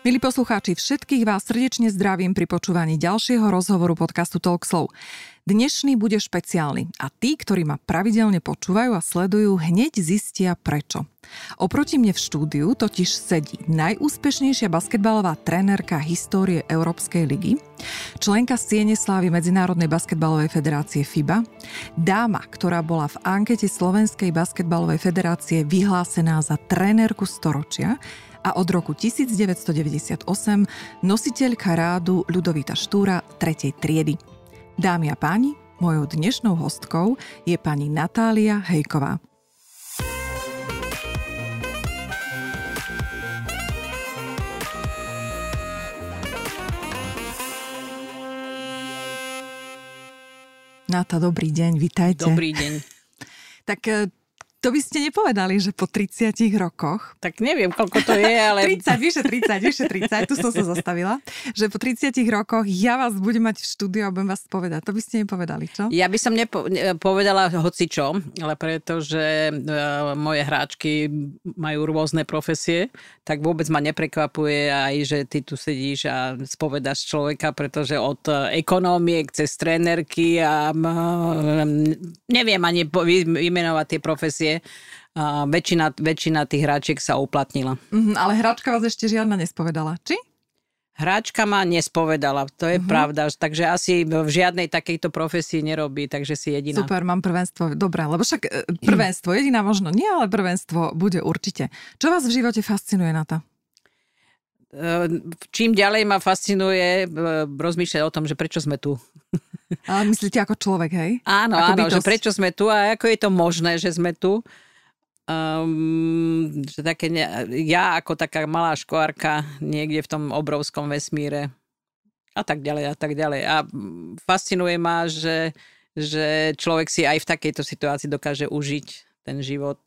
Milí poslucháči, všetkých vás srdečne zdravím pri počúvaní ďalšieho rozhovoru podcastu Talkslow. Dnešný bude špeciálny a tí, ktorí ma pravidelne počúvajú a sledujú, hneď zistia prečo. Oproti mne v štúdiu totiž sedí najúspešnejšia basketbalová trénerka histórie Európskej ligy, členka siene slávy Medzinárodnej basketbalovej federácie FIBA, dáma, ktorá bola v ankete Slovenskej basketbalovej federácie vyhlásená za trénerku storočia a od roku 1998 nositeľka rádu Ľudovita Štúra 3. triedy. Dámy a páni, mojou dnešnou hostkou je pani Natália Hejková. Nata, dobrý deň, vitajte. Dobrý deň. Tak to by ste nepovedali, že po 30 rokoch... Tak neviem, koľko to je, ale... vyše 30, tu som sa zastavila. Že po 30 rokoch ja vás budem mať v štúdiu a budem vás povedať. To by ste nepovedali, čo? Ja by som povedala hocičo, ale pretože moje hráčky majú rôzne profesie, tak vôbec ma neprekvapuje aj, že ty tu sedíš a spovedáš človeka, pretože od ekonómiek cez trénerky a neviem ani vymenovať tie profesie. Väčšina tých hráčiek sa uplatnila. Ale hráčka vás ešte žiadna nespovedala, či? Hráčka ma nespovedala, to je pravda, takže asi v žiadnej takejto profesii nerobí, takže si jediná. Super, mám prvenstvo, dobré, lebo však prvenstvo, jediná možno nie, ale prvenstvo bude určite. Čo vás v živote fascinuje, Nata? Čím ďalej ma fascinuje rozmýšľať o tom, že prečo sme tu. Ale myslíte ako človek, hej? Áno, že prečo sme tu a ako je to možné, že sme tu. Že také, ja ako taká malá školárka niekde v tom obrovskom vesmíre a tak ďalej a tak ďalej. A fascinuje ma, že človek si aj v takejto situácii dokáže užiť ten život.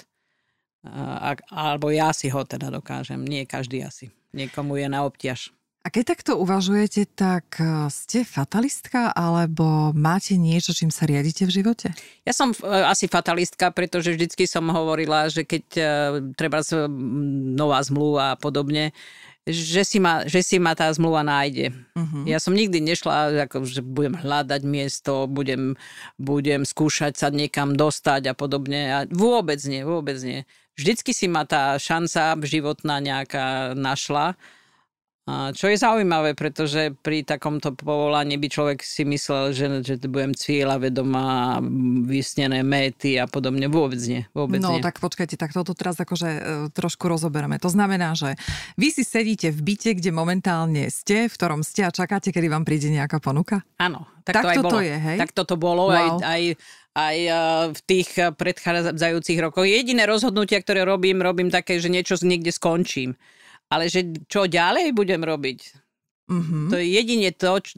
Alebo ja si ho teda dokážem. Nie každý asi. Niekomu je na obťaž. A keď takto uvažujete, tak ste fatalistka alebo máte niečo, čím sa riadite v živote? Ja som asi fatalistka, pretože vždycky som hovorila, že keď treba nová zmluva a podobne, že si ma tá zmluva nájde. Ja som nikdy nešla, že budem hľadať miesto, budem skúšať sa niekam dostať a podobne. A vôbec nie. Vždycky si ma tá šanca životná nejaká našla. Čo je zaujímavé, pretože pri takomto povolaní by človek si myslel, že budem cieľavedomá, vysnené méty a podobne. Vôbec nie. No tak počkajte, tak toto teraz akože trošku rozoberieme. To znamená, že vy si sedíte v byte, kde momentálne ste, v ktorom ste a čakáte, kedy vám príde nejaká ponuka? Áno. Tak to bolo. Je, hej? Tak toto bolo. Wow. Aj v tých predchádzajúcich rokoch. Jediné rozhodnutia, ktoré robím také, že niečo niekde skončím. Ale že čo ďalej budem robiť? To je jedine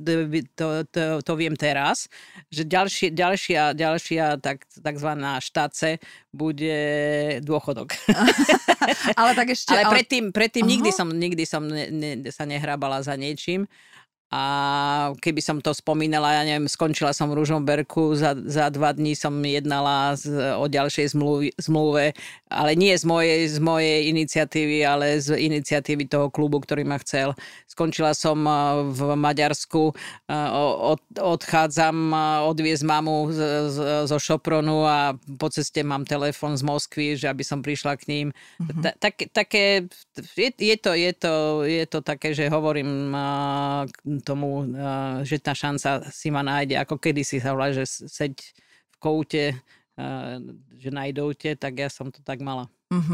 to viem teraz, že ďalšia takzvaná štáce bude dôchodok. Ale tak ešte... Ale predtým nikdy som sa nehrábala za niečím. A keby som to spomínala, ja neviem, skončila som v Ružomberku, za 2 dní som jednala o ďalšej zmluve, ale nie z mojej iniciatívy, ale z iniciatívy toho klubu, ktorý ma chcel. Skončila som v Maďarsku, odchádzam odviezť mamu zo Šopronu a po ceste mám telefon z Moskvy, že aby som prišla k ním. Také, je to také, že hovorím tomu, že tá šanca si ma nájde, ako kedysi sa volá, že seď v koute, že najdouте, tak ja som to tak mala.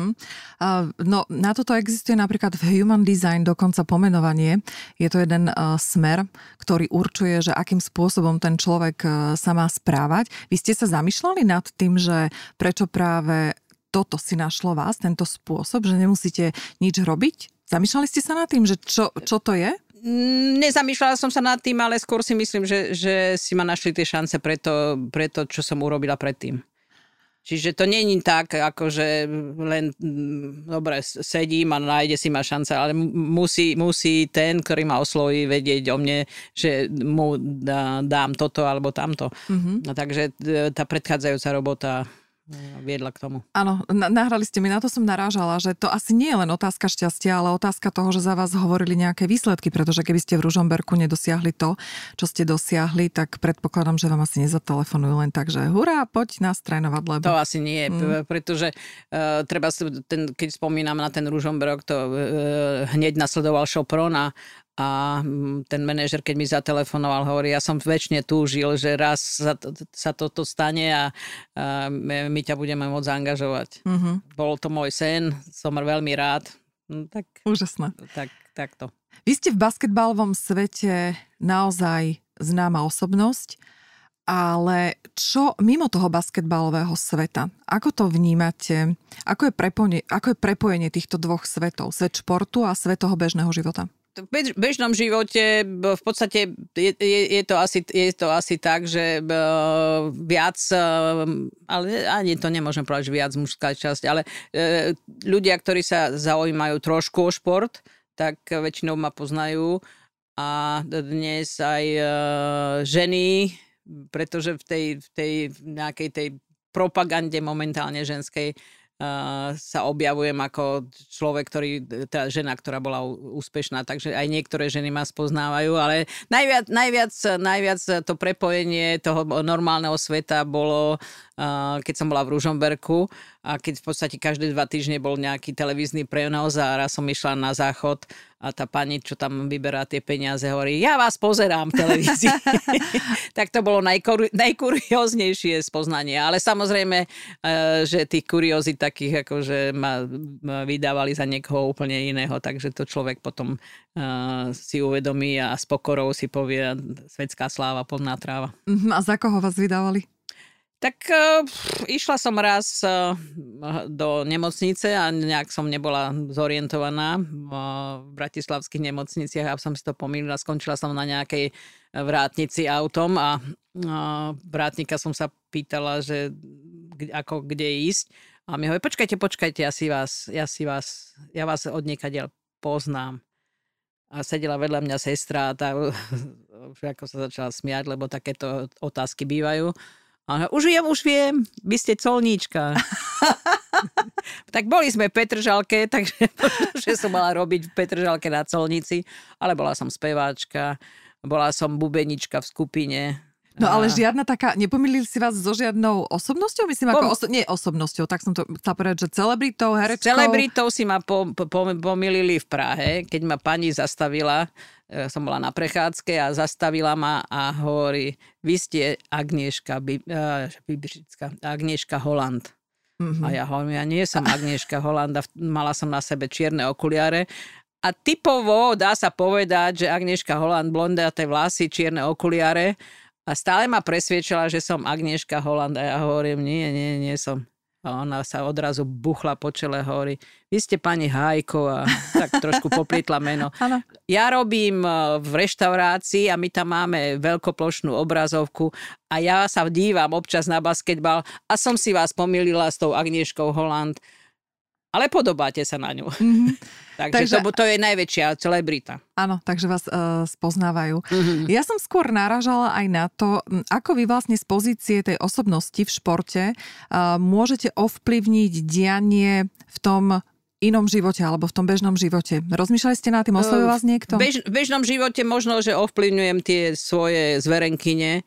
No, na toto existuje napríklad v Human Design dokonca pomenovanie. Je to jeden smer, ktorý určuje, že akým spôsobom ten človek sa má správať. Vy ste sa zamýšľali nad tým, že prečo práve toto si našlo vás, tento spôsob, že nemusíte nič robiť? Zamýšľali ste sa nad tým, že čo to je? Nezamýšľala som sa nad tým, ale skôr si myslím, že si ma našli tie šance preto, čo som urobila predtým. Čiže to nie je tak, ako že len dobre sedím a nájde si ma šanca, ale musí ten, ktorý ma osloví, vedieť o mne, že mu dám toto alebo tamto. No, takže tá predchádzajúca robota viedla k tomu. Áno, nahrali ste mi, na to som narážala, že to asi nie je len otázka šťastia, ale otázka toho, že za vás hovorili nejaké výsledky, pretože keby ste v Ružomberku nedosiahli to, čo ste dosiahli, tak predpokladám, že vám asi nezatelefonujú len tak, že hurá, poď nás trénovať, lebo... To asi nie, pretože treba, keď spomínam na ten Ružomberok, to hneď nasledoval Sopron a ten manažer, keď mi zatelefonoval, hovorí, ja som väčšine túžil, že raz sa toto stane a my ťa budeme môcť zaangažovať. Bol to môj sen, som veľmi rád. Tak, úžasné. Takto. Vy ste v basketbalovom svete naozaj známa osobnosť, ale čo mimo toho basketbalového sveta? Ako to vnímate? Ako je prepojenie týchto dvoch svetov? Svet športu a svet toho bežného života? V bežnom živote v podstate je to asi tak, že viac, ale ani to nemôžem povedať, že viac mužská časť, ale ľudia, ktorí sa zaujímajú trošku o šport, tak väčšinou ma poznajú a dnes aj ženy, pretože v tej nejakej tej propagande momentálne ženskej sa objavujem ako človek, teda žena, ktorá bola úspešná, takže aj niektoré ženy ma spoznávajú, ale najviac to prepojenie toho normálneho sveta bolo, keď som bola v Ružomberku a keď v podstate každé 2 týždne bol nejaký televízny prenos a raz som išla na záchod a tá pani, čo tam vyberá tie peniaze, hovorí, ja vás pozerám v televízii. Tak to bolo najkurióznejšie spoznanie. Ale samozrejme, že tých kuriózit takých, akože ma vydávali za niekoho úplne iného, takže to človek potom si uvedomí a s pokorou si povie svetská sláva, plná tráva. A za koho vás vydávali? Tak išla som raz do nemocnice a nejak som nebola zorientovaná v bratislavských nemocniciach a som si to pomýlila. Skončila som na nejakej vrátnici autom a vrátnika som sa pýtala, že kde ísť. A mi hovorí, počkajte, ja vás odniekadeľ poznám. A sedela vedľa mňa sestra a tá už ako sa začala smiať, lebo takéto otázky bývajú. A už viem, vy ste colníčka. Tak boli sme v Petržalke, takže že som mala robiť v Petržalke na colnici, ale bola som speváčka, bola som bubenička v skupine. No ale žiadna taká, nepomýlili si vás so žiadnou osobnosťou? Myslím, ako nie osobnosťou, tak som to chcela povedať, že celebritou, herečkou? Celebritou si ma pomýlili v Prahe, keď ma pani zastavila, som bola na prechádzke a zastavila ma a hovorí, vy ste Agnieszka Holland. A ja hovorím, ja nie som Agnieszka Holland a mala som na sebe čierne okuliare. A typovo dá sa povedať, že Agnieszka Holland, blondáte vlasy, čierne okuliare. A stále ma presviečala, že som Agnieszka Holland a ja hovorím, nie som. A ona sa odrazu buchla po čele, hovorí, vy ste pani Hajko a tak trošku poplietla meno. Ano. Ja robím v reštaurácii a my tam máme veľkoplošnú obrazovku a ja sa dívam občas na basketbal a som si vás pomýlila s tou Agnieszkou Holland. Ale podobáte sa na ňu. Takže to je najväčšia celebrita. Áno, takže vás spoznávajú. Ja som skôr naražala aj na to, ako vy vlastne z pozície tej osobnosti v športe môžete ovplyvniť dianie v tom inom živote alebo v tom bežnom živote. Rozmýšľali ste nad tým, oslovil vás niekto? V bežnom živote možno, že ovplyvňujem tie svoje zverenkyne.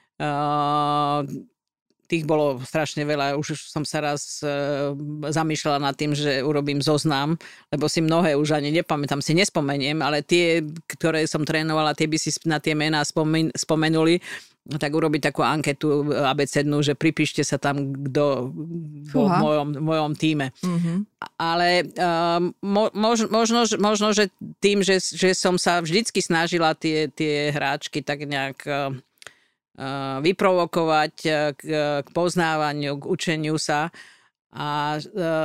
Tých bolo strašne veľa. Už som sa raz zamýšľala nad tým, že urobím zoznam, lebo si mnohé už ani nepamätám, si nespomeniem, ale tie, ktoré som trénovala, tie by si na tie mená spomenuli, tak urobiť takú anketu abecednú, že pripíšte sa tam, kto bol v mojom tíme. Ale možno, že tým, že som sa vždycky snažila tie hráčky tak nejak vyprovokovať k poznávaniu, k učeniu sa a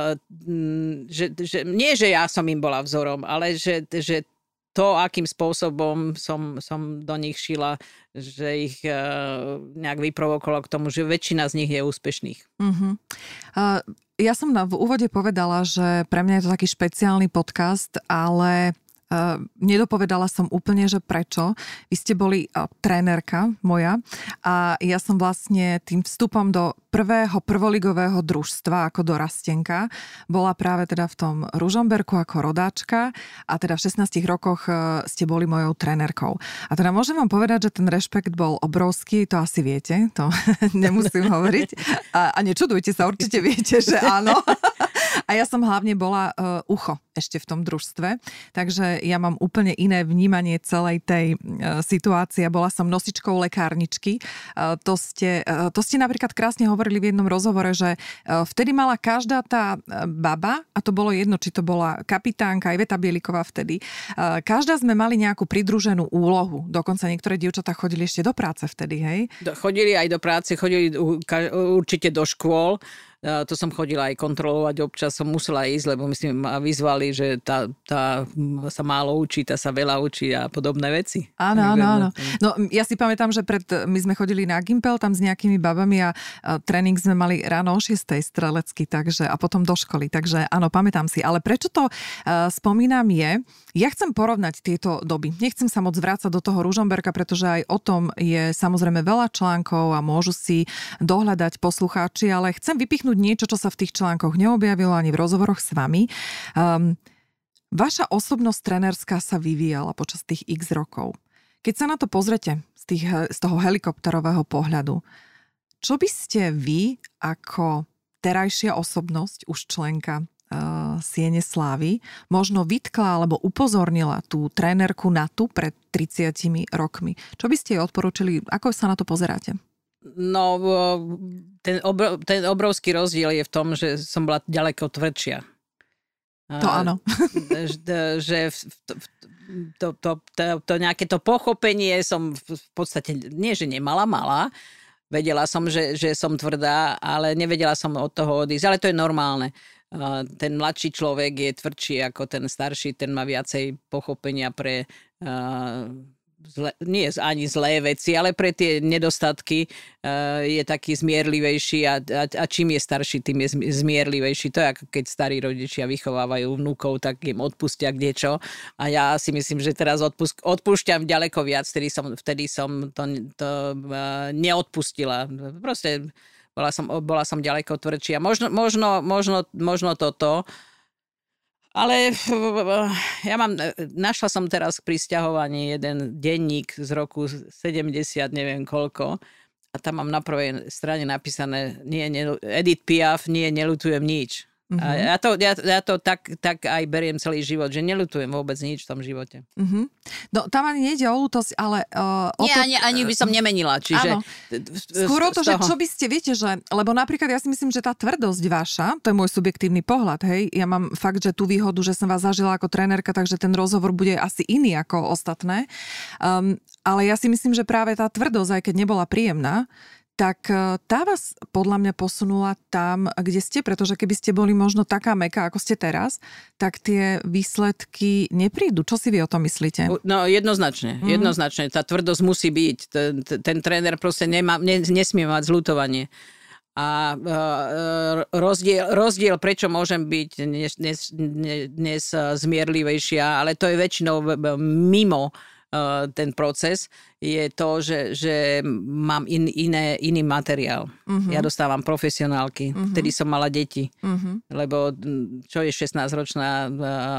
že nie, že ja som im bola vzorom, ale že to, akým spôsobom som do nich šila, že ich nejak vyprovokovalo k tomu, že väčšina z nich je úspešných. Ja som v úvode povedala, že pre mňa je to taký špeciálny podcast, ale Nedopovedala som úplne, že prečo. Vy ste boli trénerka moja a ja som vlastne tým vstupom do prvého prvoligového družstva ako dorastenka bola práve teda v tom Ružomberku ako rodáčka a teda v 16 rokoch ste boli mojou trénerkou. A teda môžem vám povedať, že ten rešpekt bol obrovský, to asi viete, to nemusím hovoriť. A nečudujte sa, určite viete, že áno. A ja som hlavne bola ucho ešte v tom družstve, takže ja mám úplne iné vnímanie celej tej situácie. Bola som nosičkou lekárničky. To ste napríklad krásne hovorili v jednom rozhovore, že vtedy mala každá tá baba, a to bolo jedno, či to bola kapitánka, Iveta Bieliková vtedy, každá sme mali nejakú pridruženú úlohu. Dokonca niektoré dievčatá chodili ešte do práce vtedy, hej? Chodili aj do práce, chodili určite do škôl. To som chodila aj kontrolovať, občas som musela ísť, lebo myslím, ma vyzvali, že tá sa málo učí, tá sa veľa učí a podobné veci. Áno. No ja si pamätám, že my sme chodili na Gimpel tam s nejakými babami a tréning sme mali ráno o 6:00 strelecky, takže a potom do školy, takže áno, pamätám si. Ale prečo to spomínam ja chcem porovnať tieto doby. Nechcem sa moc vrácať do toho Ružomberka, pretože aj o tom je samozrejme veľa článkov a môžu si dohľadať poslucháči, ale chcem vypichnúť niečo, čo sa v tých článkoch neobjavilo ani v rozhovoroch s vami. Vaša osobnosť trenérska sa vyvíjala počas tých x rokov. Keď sa na to pozrete z toho helikopterového pohľadu, čo by ste vy ako terajšia osobnosť, už členka Siene slávy, možno vytkla alebo upozornila tú trénerku na tu pred 30 rokmi? Čo by ste jej odporúčili? Ako sa na to pozeráte? No, ten obrovský rozdiel je v tom, že som bola ďaleko tvrdšia. To áno. Že to nejaké to pochopenie som v podstate, nie že mala. Vedela som, že som tvrdá, ale nevedela som od toho odísť. Ale to je normálne. Ten mladší človek je tvrdší ako ten starší, ten má viacej pochopenia pre nie ani zlé veci, ale pre tie nedostatky je taký zmierlivejší a čím je starší, tým je zmierlivejší. To je ako keď starí rodičia vychovávajú vnúkov, tak im odpustia kdečo. A ja si myslím, že teraz odpúšťam ďaleko viac, vtedy som to neodpustila. Proste bola som ďaleko tvrdšia. Možno toto. Ale našla som teraz k prisťahovaní jeden denník z roku 70, neviem koľko. A tam mám na prvej strane napísané Edith Piaf, neľutujem nič. Uh-huh. A ja to tak aj beriem celý život, že neľutujem vôbec nič v tom živote. Uh-huh. No tam ani nejde o ľútosť, ale ani by som nemenila. Čiže skôr o to, že čo by ste, viete, že, lebo napríklad ja si myslím, že tá tvrdosť vaša, to je môj subjektívny pohľad, hej, ja mám fakt, že tú výhodu, že som vás zažila ako trénerka, takže ten rozhovor bude asi iný ako ostatné. Ale ja si myslím, že práve tá tvrdosť, aj keď nebola príjemná, tak tá vás podľa mňa posunula tam, kde ste, pretože keby ste boli možno taká mäkká, ako ste teraz, tak tie výsledky neprídu. Čo si vy o tom myslíte? No jednoznačne. Jednoznačne. Tá tvrdosť musí byť. Ten tréner proste nesmie mať zľutovanie. A rozdiel, prečo môžem byť dnes zmierlivejšia, ale to je väčšinou mimo ten proces, je to, že mám iný materiál. Uh-huh. Ja dostávam profesionálky. Uh-huh. Vtedy som mala deti. Uh-huh. Lebo čo je 16-ročná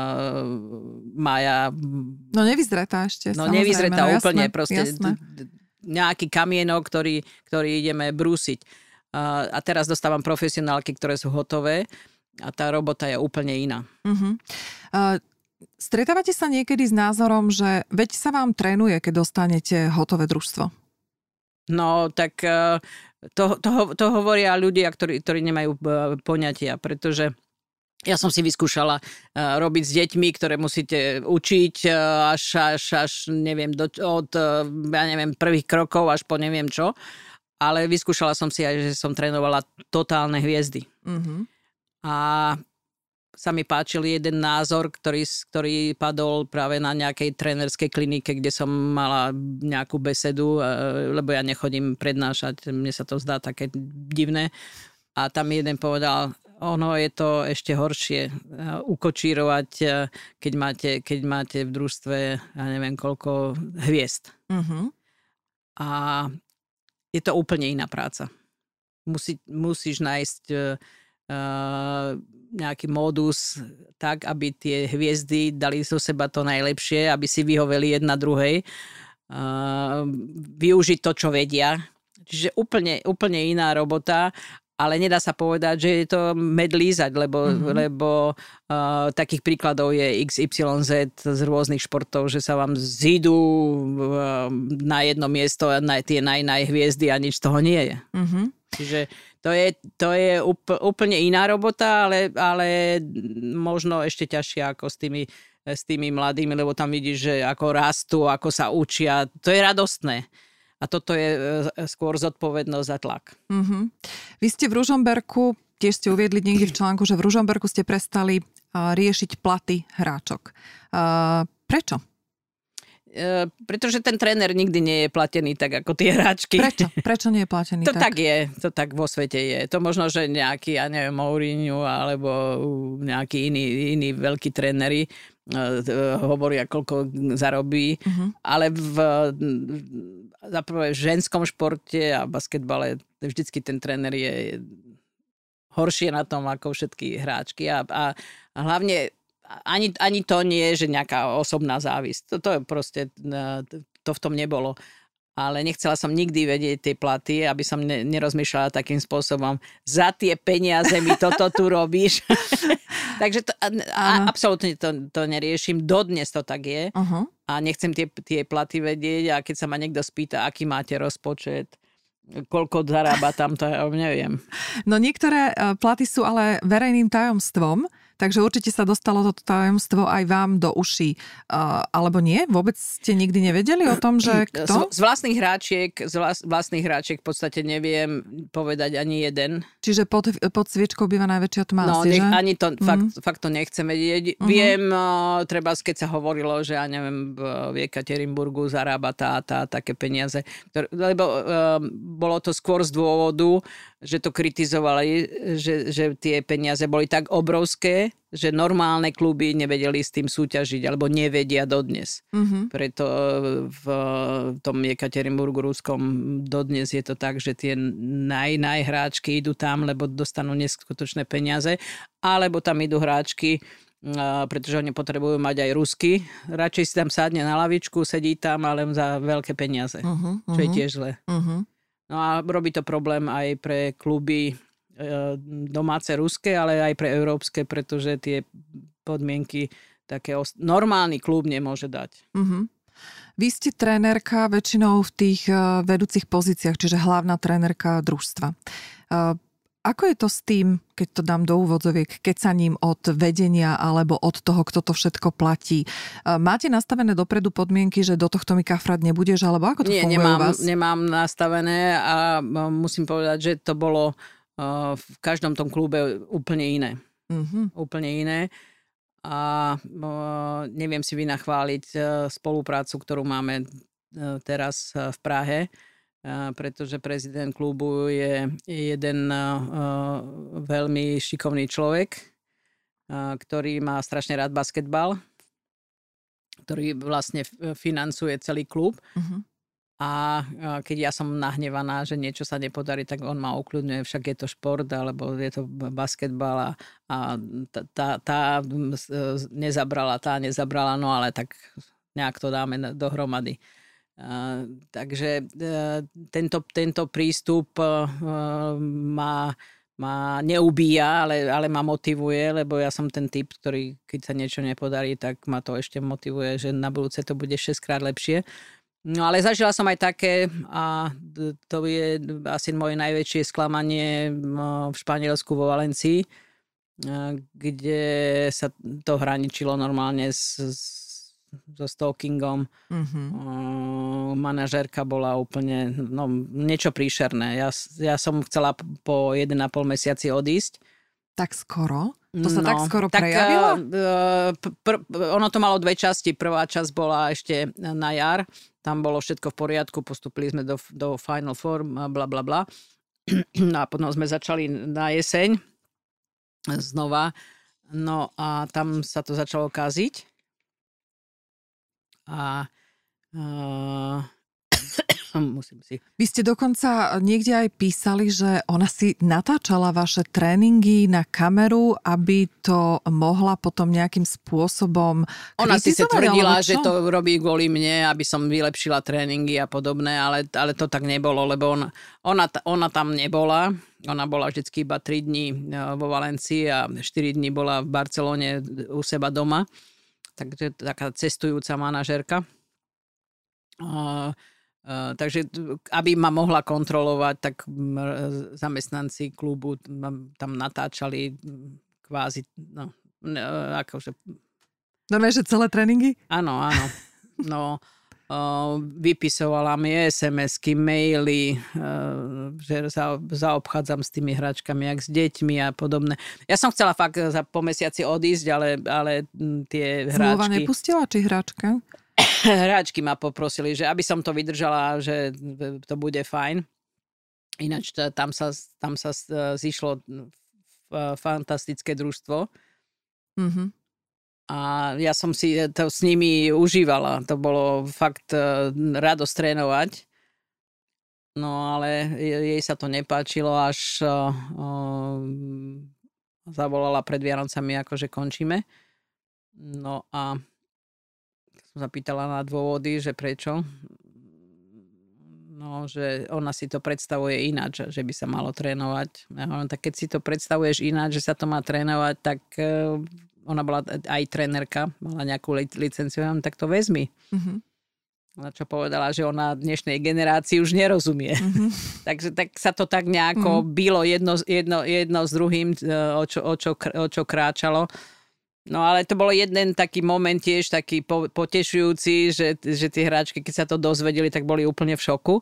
Mája? No nevyzretá ešte. No nevyzretá úplne. Jasné, proste jasné. Nejaký kamienok, ktorý ideme brúsiť. A teraz dostávam profesionálky, ktoré sú hotové a tá robota je úplne iná. Uh-huh. Stretávate sa niekedy s názorom, že veď sa vám trénuje, keď dostanete hotové družstvo? No, tak to hovoria ľudia, ktorí nemajú poňatia, pretože ja som si vyskúšala robiť s deťmi, ktoré musíte učiť až neviem, od prvých krokov až po neviem čo, ale vyskúšala som si aj, že som trénovala totálne hviezdy. Uh-huh. A sa mi páčil jeden názor, ktorý padol práve na nejakej trénerskej klinike, kde som mala nejakú besedu, lebo ja nechodím prednášať, mne sa to zdá také divné. A tam jeden povedal, ono je to ešte horšie ukočírovať, keď máte v družstve, ja neviem koľko hviezd. A je to úplne iná práca. Musíš nájsť nejaký módus tak, aby tie hviezdy dali zo seba to najlepšie, aby si vyhoveli jedna druhej. Využiť to, čo vedia. Čiže úplne iná robota, ale nedá sa povedať, že je to med lízať, lebo takých príkladov je XYZ z rôznych športov, že sa vám zídu na jedno miesto na tie najhviezdy a nič z toho nie je. Čiže to je úplne iná robota, ale možno ešte ťažšia ako s tými mladými, lebo tam vidíš, že ako rastú, ako sa učia. To je radostné. A toto je skôr zodpovednosť a tlak. Vy ste v Ružomberku, tiež ste uviedli niekde v článku, že v Ružomberku ste prestali riešiť platy hráčok. Prečo? Pretože ten tréner nikdy nie je platený tak ako tie hráčky. Prečo nie je platený to tak? To tak vo svete je. To možno, že nejaký, ja neviem, Mourinho alebo nejakí iní veľkí tréneri hovoria, koľko zarobí, ale v ženskom športe a basketbale vždycky ten tréner je horšie na tom ako všetky hráčky a hlavne ani to nie je, že nejaká osobná závisť. To je proste, to v tom nebolo. Ale nechcela som nikdy vedieť tie platy, aby som nerozmýšľala takým spôsobom. Za tie peniaze mi toto tu robíš. Takže absolútne to neriešim. Dodnes to tak je. A nechcem tie platy vedieť. A keď sa ma niekto spýta, aký máte rozpočet, koľko zarába tam, to ja neviem. No niektoré platy sú ale verejným tajomstvom. Takže určite sa dostalo toto tajomstvo aj vám do uší. Alebo nie? Vôbec ste nikdy nevedeli o tom, že kto? Z vlastných hráčiek v podstate neviem povedať ani jeden. Čiže pod sviečkou býva najväčšia tma. No, ani to, fakt to nechcem vedieť. Viem, treba, keď sa hovorilo, že ja neviem, v Ekaterinburgu zarába také peniaze. Lebo bolo to skôr z dôvodu, že to kritizovali, že tie peniaze boli tak obrovské, že normálne kluby nevedeli s tým súťažiť, alebo nevedia dodnes. Preto v tom Ekaterinburgu ruskom dodnes je to tak, že tie najhráčky idú tam, lebo dostanú neskutočné peniaze, alebo tam idú hráčky, pretože oni potrebujú mať aj rusky. Radšej si tam sadne na lavičku, sedí tam, ale za veľké peniaze, čo je tiež zle. No a robí to problém aj pre kluby domáce ruské, ale aj pre európske, pretože tie podmienky také normálny klub nemôže dať. Vy ste trénerka väčšinou v tých vedúcich pozíciách, čiže hlavná trénerka družstva. Ako je to s tým, keď to dám do úvodzoviek, keď sa ním od vedenia alebo od toho, kto to všetko platí? Máte nastavené dopredu podmienky, že do tohto mi kafrať nebudeš, alebo ako to funguje u vás? Nemám nastavené a musím povedať, že to bolo v každom tom klube úplne iné. Úplne iné. A neviem si vynachváliť spoluprácu, ktorú máme teraz v Prahe, pretože prezident klubu je jeden veľmi šikovný človek, ktorý má strašne rád basketbal, ktorý vlastne financuje celý klub. A keď ja som nahnevaná, že niečo sa nepodarí, tak on ma ukľudňuje, však je to šport, alebo je to basketbal a tá nezabrala, no ale tak nejak to dáme dohromady. Takže tento prístup ma neubíja, ale ma motivuje, lebo ja som ten typ, ktorý keď sa niečo nepodarí, tak ma to ešte motivuje, že na budúce to bude 6-krát lepšie. No ale zažila som aj také a to je asi moje najväčšie sklamanie v Španielsku vo Valencii, kde sa to hraničilo normálne so stalkingom. Manažérka bola úplne niečo príšerné. Ja som chcela po 1,5 mesiaci odísť. Tak skoro? To sa tak skoro prejavilo? Ono to malo 2 časti. Prvá časť bola ešte na jar. Tam bolo všetko v poriadku. Postupili sme do Final Four, bla bla bla. A potom sme začali na jeseň. znova. No a tam sa to začalo kaziť. A musím si... Vy ste dokonca niekde aj písali, že ona si natáčala vaše tréningy na kameru, aby to mohla potom nejakým spôsobom kritizovať? Ona si tvrdila, že to robí kvôli mne, aby som vylepšila tréningy a podobné, ale to tak nebolo, lebo ona tam nebola. Ona bola vždycky iba 3 dní vo Valencii a 4 dní bola v Barcelone u seba doma. Takže taká cestujúca manažérka. Takže aby ma mohla kontrolovať, tak zamestnanci klubu tam natáčali kvázi, akože... Normálne, že celé tréningy? Áno. No, vypisovala mi SMS-ky, maily, že zaobchádzam s tými hračkami, jak s deťmi a podobné. Ja som chcela fakt po mesiaci odísť, ale tie hráčky... Zmluva nepustila, či hráčka? Hráčky ma poprosili, že aby som to vydržala, že to bude fajn. Ináč tam sa zišlo fantastické družstvo. Mm-hmm. A ja som si to s nimi užívala. To bolo fakt radosť trénovať. No ale jej sa to nepáčilo, až zavolala pred Vianocami, akože končíme. No a som sa pýtala na dôvody, že prečo. No, že ona si to predstavuje ináč, že by sa malo trénovať. Ja hovorím, tak keď si to predstavuješ ináč, že sa to má trénovať, tak ona bola aj trénerka, mala nejakú licenciu, tak to vezmi. Mm-hmm. Ona čo povedala, že ona dnešnej generácii už nerozumie. Mm-hmm. Takže tak sa to tak nejako bylo jedno s druhým, o čo kráčalo. No ale to bolo jeden taký moment tiež taký potešujúci, že tie hráčky, keď sa to dozvedeli, tak boli úplne v šoku.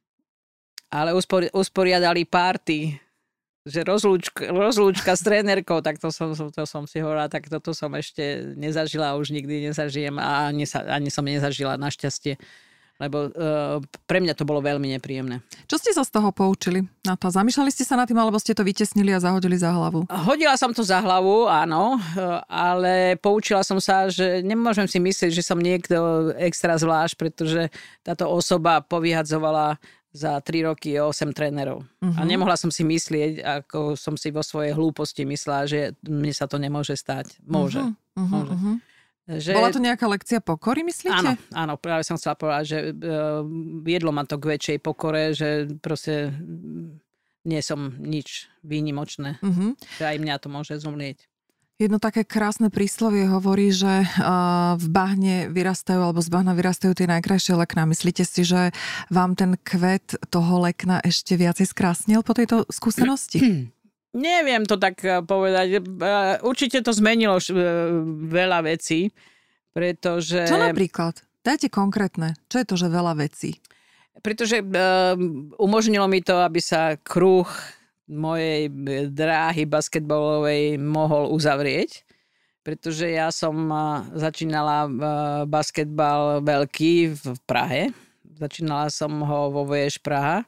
Ale usporiadali party, že rozlúčka s trénerkou, tak to som si hovorila, tak toto som ešte nezažila a už nikdy nezažijem a ani som nezažila našťastie. Lebo pre mňa to bolo veľmi nepríjemné. Čo ste sa z toho poučili? Zamýšľali ste sa nad tým, alebo ste to vytesnili a zahodili za hlavu? Hodila som to za hlavu, áno, ale poučila som sa, že nemôžem si myslieť, že som niekto extra zvlášť, pretože táto osoba povyhadzovala za 3 roky 8 trénerov. Uh-huh. A nemohla som si myslieť, ako som si vo svojej hlúposti myslela, že mne sa to nemôže stať. Môže. Môže. Uh-huh. Že... Bola to nejaká lekcia pokory, myslíte? Áno, práve som chcela povedať, že viedlo ma to k väčšej pokore, že proste nie som nič výnimočné. Uh-huh. Že aj mňa to môže zomlieť. Jedno také krásne príslovie hovorí, že v bahne vyrastajú, alebo z bahna vyrastajú tie najkrajšie lekná. Myslíte si, že vám ten kvet toho lekna ešte viacej skrásnil po tejto skúsenosti? Neviem to tak povedať. Určite to zmenilo veľa vecí, pretože... Čo napríklad? Dajte konkrétne. Čo je to, že veľa vecí? Pretože umožnilo mi to, aby sa kruh mojej dráhy basketbalovej mohol uzavrieť. Pretože ja som začínala basketbal veľký v Prahe. Začínala som ho vo VŠ Praha.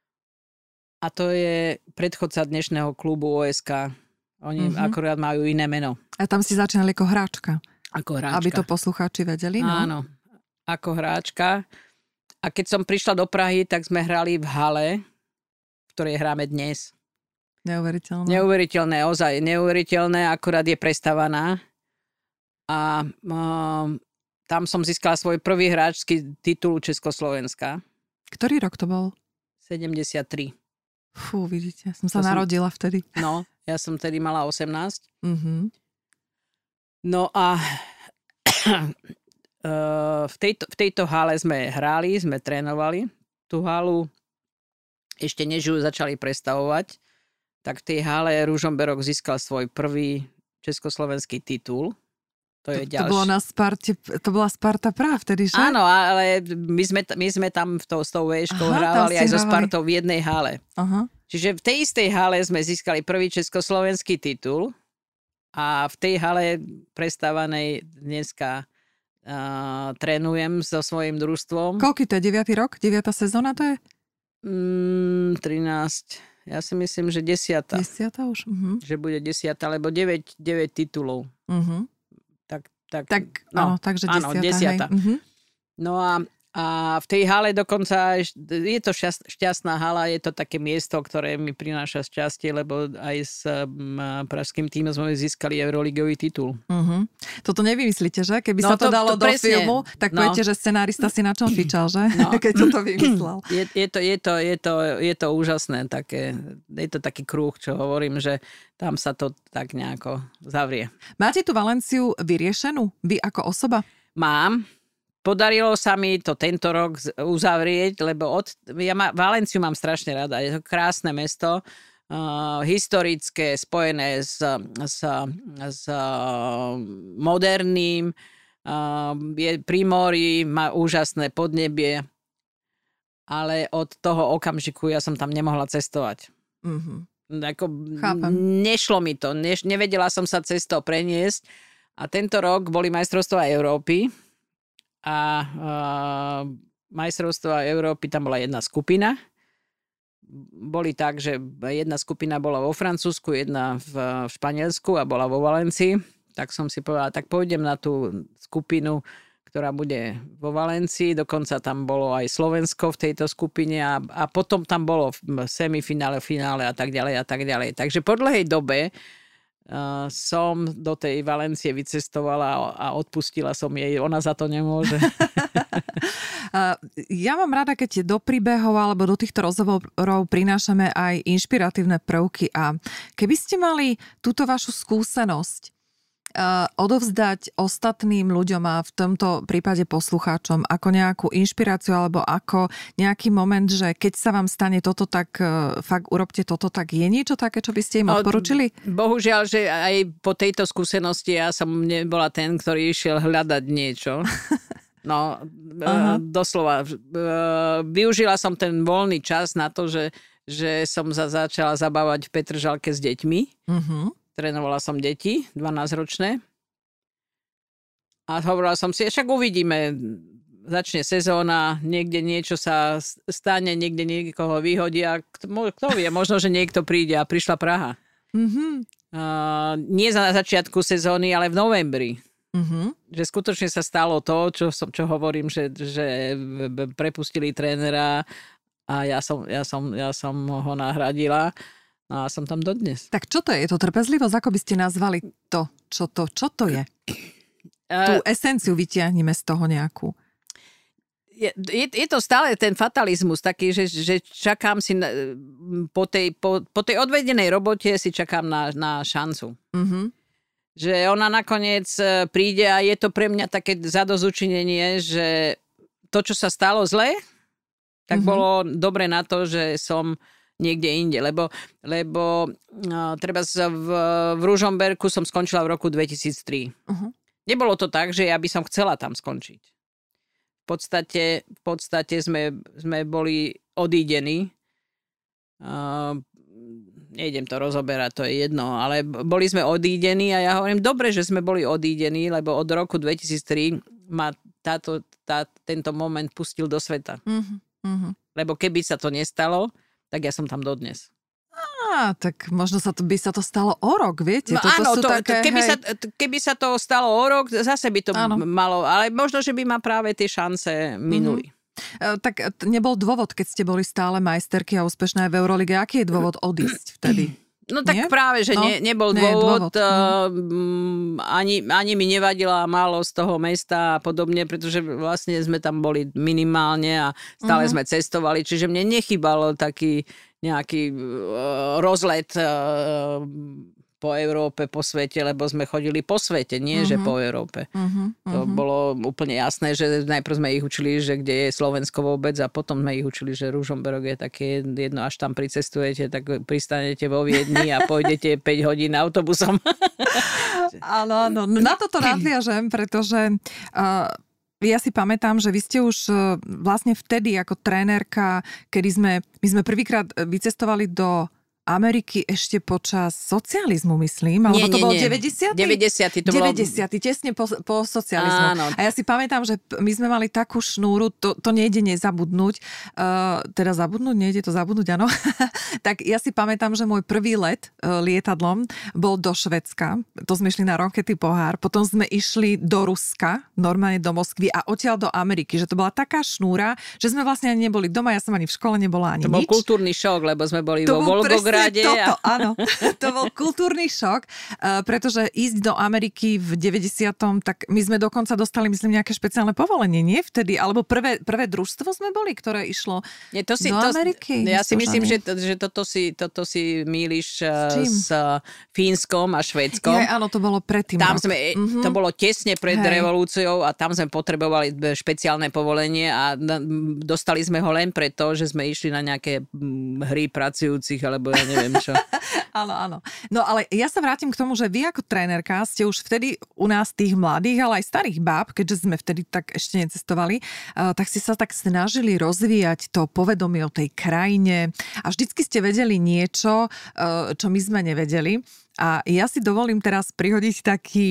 A to je predchodca dnešného klubu OSK. Oni akorát majú iné meno. A tam si začínali ako hráčka. Ako hráčka. Aby to poslucháči vedeli. No? Áno, ako hráčka. A keď som prišla do Prahy, tak sme hrali v hale, v ktorej hráme dnes. Neuveriteľné. Neuveriteľné, ozaj neuveriteľné, akorát je prestavaná. A tam som získala svoj prvý hráčsky titul Československa. Ktorý rok to bol? 73. Fú, vidíte, som sa narodila vtedy. No, ja som vtedy mala 18. Mm-hmm. No a v tejto hale sme hrali, sme trénovali. Tú halu ešte než ju začali prestavovať, tak v tej hale Ružomberok získal svoj prvý československý titul. To je ďalší. To bolo na Sparte, to bola Sparta Praha vtedy, že? Áno, ale my sme tam s tou Véškou hrávali aj so Spartou v jednej hale. Aha. Čiže v tej istej hale sme získali prvý československý titul a v tej hale prestávanej dneska trénujem so svojím družstvom. Koľký to je? 9. rok? 9. sezóna to je? 13. Ja si myslím, že 10. 10. už? Že bude 10, lebo 9 titulov. Tak áno, takže 10. No a v tej hale dokonca, je to šťastná hala, je to také miesto, ktoré mi prináša šťastie, lebo aj s pražským tímom sme získali euroligový titul. Toto nevymyslíte, že? Keby sa to dalo do presne, filmu, tak poviete, že scenárista si na čom fičal, že? Keď toto vymyslel. Je to úžasné, také, je to taký kruh, čo hovorím, že tam sa to tak nejako zavrie. Máte tú Valenciu vyriešenú? Vy ako osoba? Mám. Podarilo sa mi to tento rok uzavrieť, lebo Valenciu mám strašne rada. Je to krásne mesto, historické, spojené s moderným, je pri mori, má úžasné podnebie, ale od toho okamžiku ja som tam nemohla cestovať. Nešlo mi to, nevedela som sa cez to preniesť a tento rok boli majstrovstvá Európy. A majstrovstvá Európy, tam bola jedna skupina. Boli tak, že jedna skupina bola vo Francúzsku, jedna v Španielsku a bola vo Valencii. Tak som si povedala, tak pôjdem na tú skupinu, ktorá bude vo Valencii. Dokonca tam bolo aj Slovensko v tejto skupine a potom tam bolo v semifinále, finále a tak ďalej a tak ďalej. Takže po dlhej dobe som do tej Valencie vycestovala a odpustila som jej. Ona za to nemôže. Ja mám rada, keď do príbehov alebo do týchto rozhovorov prinášame aj inšpiratívne prvky a keby ste mali túto vašu skúsenosť odovzdať ostatným ľuďom a v tomto prípade poslucháčom ako nejakú inšpiráciu alebo ako nejaký moment, že keď sa vám stane toto, tak fakt urobte toto, tak je niečo také, čo by ste im odporučili? Bohužiaľ, že aj po tejto skúsenosti ja som nebola ten, ktorý išiel hľadať niečo. No, doslova. Využila som ten voľný čas na to, že som sa začala zabávať v Petržalke s deťmi. Trénovala som deti, 12-ročné. A hovorila som si, však uvidíme, začne sezóna, niekde niečo sa stane, niekde niekoho vyhodia. Kto vie, možno, že niekto príde a prišla Praha. Nie na začiatku sezóny, ale v novembri. Že skutočne sa stalo to, čo hovorím, že prepustili trénera a ja som ho nahradila. A som tam dodnes. Tak čo to je? Je to trpezlivosť? Ako by ste nazvali to? Čo to je? Tú esenciu vytiahneme z toho nejakú. Je to stále ten fatalizmus taký, že čakám si po tej odvedenej robote si čakám na šancu. Že ona nakoniec príde a je to pre mňa také zadozučinenie, že to, čo sa stalo zle, tak bolo dobre na to, že som niekde inde, lebo treba v Ružomberku som skončila v roku 2003. Nebolo to tak, že ja by som chcela tam skončiť. V podstate sme boli odídení. Nejdem to rozoberať, to je jedno, ale boli sme odídení a ja hovorím, dobre, že sme boli odídení, lebo od roku 2003 ma tento moment pustil do sveta. Lebo keby sa to nestalo, tak ja som tam dodnes. Tak možno by sa to stalo o rok, viete? No áno, keby sa to stalo o rok, zase by to malo, ale možno, že by ma práve tie šance minuli. Tak nebol dôvod, keď ste boli stále majsterky a úspešné v Eurolige. Aký je dôvod odísť vtedy? No tak nie? Práve, že nebol dôvod. Ani mi nevadila málo z toho mesta a podobne, pretože vlastne sme tam boli minimálne a stále sme cestovali, čiže mne nechýbalo taký nejaký rozlet po Európe, po svete, lebo sme chodili po svete, nie že po Európe. To bolo úplne jasné, že najprv sme ich učili, že kde je Slovensko vôbec a potom sme ich učili, že Ružomberok je také jedno, až tam pricestujete, tak pristanete vo Viedni a pôjdete 5 hodín autobusom. Áno. Na toto nadviažem, pretože ja si pamätám, že vy ste už vlastne vtedy ako trénerka, kedy my sme prvýkrát vycestovali do Ameriky ešte počas socializmu, myslím, alebo to bol 90. 90. to bolo... 90. tesne po socializmu. Áno. A ja si pamätám, že my sme mali takú šnúru, to nejde nezabudnúť, teda zabudnúť, nejde to zabudnúť, áno. Tak ja si pamätám, že môj prvý let lietadlom bol do Švédska, to sme išli na Rockety pohár, potom sme išli do Ruska, normálne do Moskvy a odtiaľ do Ameriky, že to bola taká šnúra, že sme vlastne ani neboli doma, ja som ani v škole nebola ani nič. To bol nič. kultúrny šok, lebo sme boli vo Volgograde. Áno, to bol kultúrny šok, pretože ísť do Ameriky v 90. tak my sme dokonca dostali, myslím, nejaké špeciálne povolenie, nie vtedy? Alebo prvé družstvo sme boli, ktoré išlo do Ameriky? Ja si myslím, že toto si mýliš s Fínskom a Švédskom. Áno, to bolo predtým. Tam to bolo tesne pred revolúciou a tam sme potrebovali špeciálne povolenie a dostali sme ho len preto, že sme išli na nejaké hry pracujúcich, alebo ja neviem čo. Áno. No ale ja sa vrátim k tomu, že vy ako trénerka ste už vtedy u nás tých mladých, ale aj starých báb, keďže sme vtedy tak ešte necestovali, tak ste sa tak snažili rozvíjať to povedomie o tej krajine a vždycky ste vedeli niečo, čo my sme nevedeli. A ja si dovolím teraz prihodiť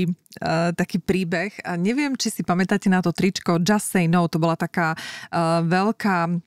taký príbeh. A neviem, či si pamätáte na to tričko Just Say No. To bola taká veľká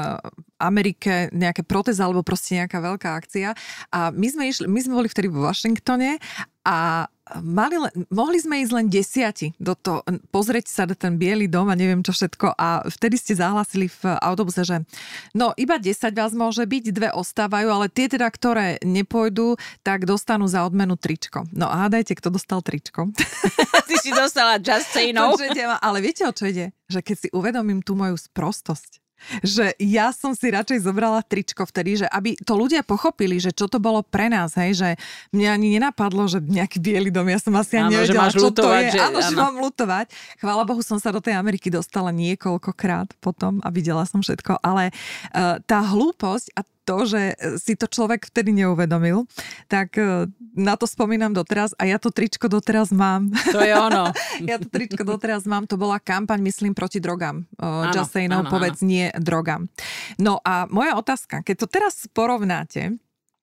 Amerike, nejaké protest alebo proste nejaká veľká akcia. A my sme boli vtedy vo Washingtone a mohli sme ísť len 10 do toho, pozrieť sa na ten biely dom a neviem čo všetko a vtedy ste zahlasili v autobuse, že no iba 10 vás môže byť, 2 ostávajú, ale tie teda, ktoré nepôjdu, tak dostanú za odmenu tričko. No a hádajte, kto dostal tričko. Ty si dostala Just Say No. Ale viete, o čo ide? Že keď si uvedomím tú moju sprostosť, že ja som si radšej zobrala tričko vtedy, že aby to ľudia pochopili, že čo to bolo pre nás, hej, že mňa ani nenapadlo, že nejaký biely dom, ja som asi ani nevedela, čo to je. Áno, že mám ľutovať. Chvála Bohu, som sa do tej Ameriky dostala niekoľkokrát potom a videla som všetko, ale tá hlúposť a to, že si to človek vtedy neuvedomil, tak na to spomínam doteraz a ja to tričko doteraz mám. To je ono. Ja to tričko doteraz mám, to bola kampaň, myslím, proti drogám. Just Say No, povedz nie drogám. No a moja otázka, keď to teraz porovnáte